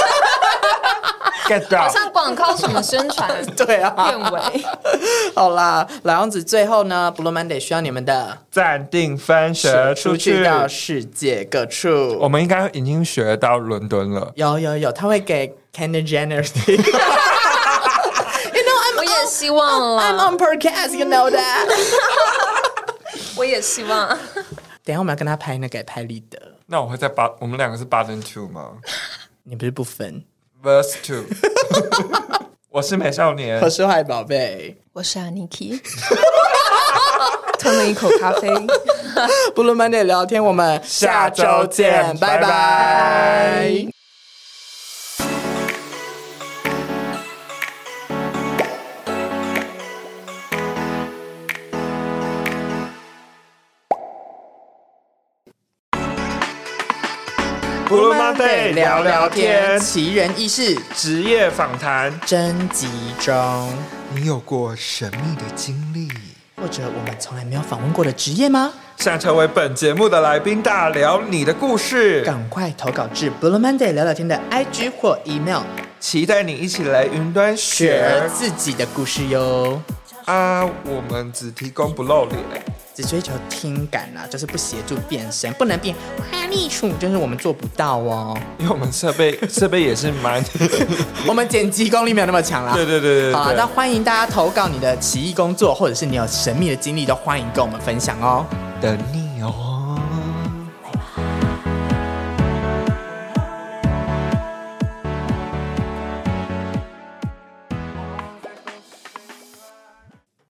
好像广告什么宣传对啊， 片尾。 好啦，老样子，最后呢 Blue Monday 需要你们的暂定分舌出去到世界各处。 我们应该已经学到伦敦了。 有，他会给 Kendall Jenner 我也希望了。 I'm on podcast, you know that 我也希望。 等一下我们要跟他拍那个拍立得。 那我会在我们两个是 bottom two 吗？ 你不是不分 Verse 2 我是美少年， 我是坏宝贝， 我是 Aniki 吞了一口咖啡。 Blue Monday 聊天，我们下周见，拜拜。 Blue Monday 聊聊天， 奇人异事， 职业访谈征集中。 你有过神秘的经历， 或者我们从来没有访问过的职业吗？ 想成为本节目的来宾，大聊你的故事， 赶快投稿至 Blue Monday 聊聊天的 IG 或 email， 期待你一起来云端学自己的故事哟。 我们只提供不露脸， 只追求听感啦，就是不协助变声，不能变花栗鼠，就是我们做不到哦。 因为我们设备也是蛮我们剪辑功力没有那么强啦。 对。 好，那欢迎大家投稿你的奇异工作，或者是你有神秘的经历，都欢迎跟我们分享哦。 等你。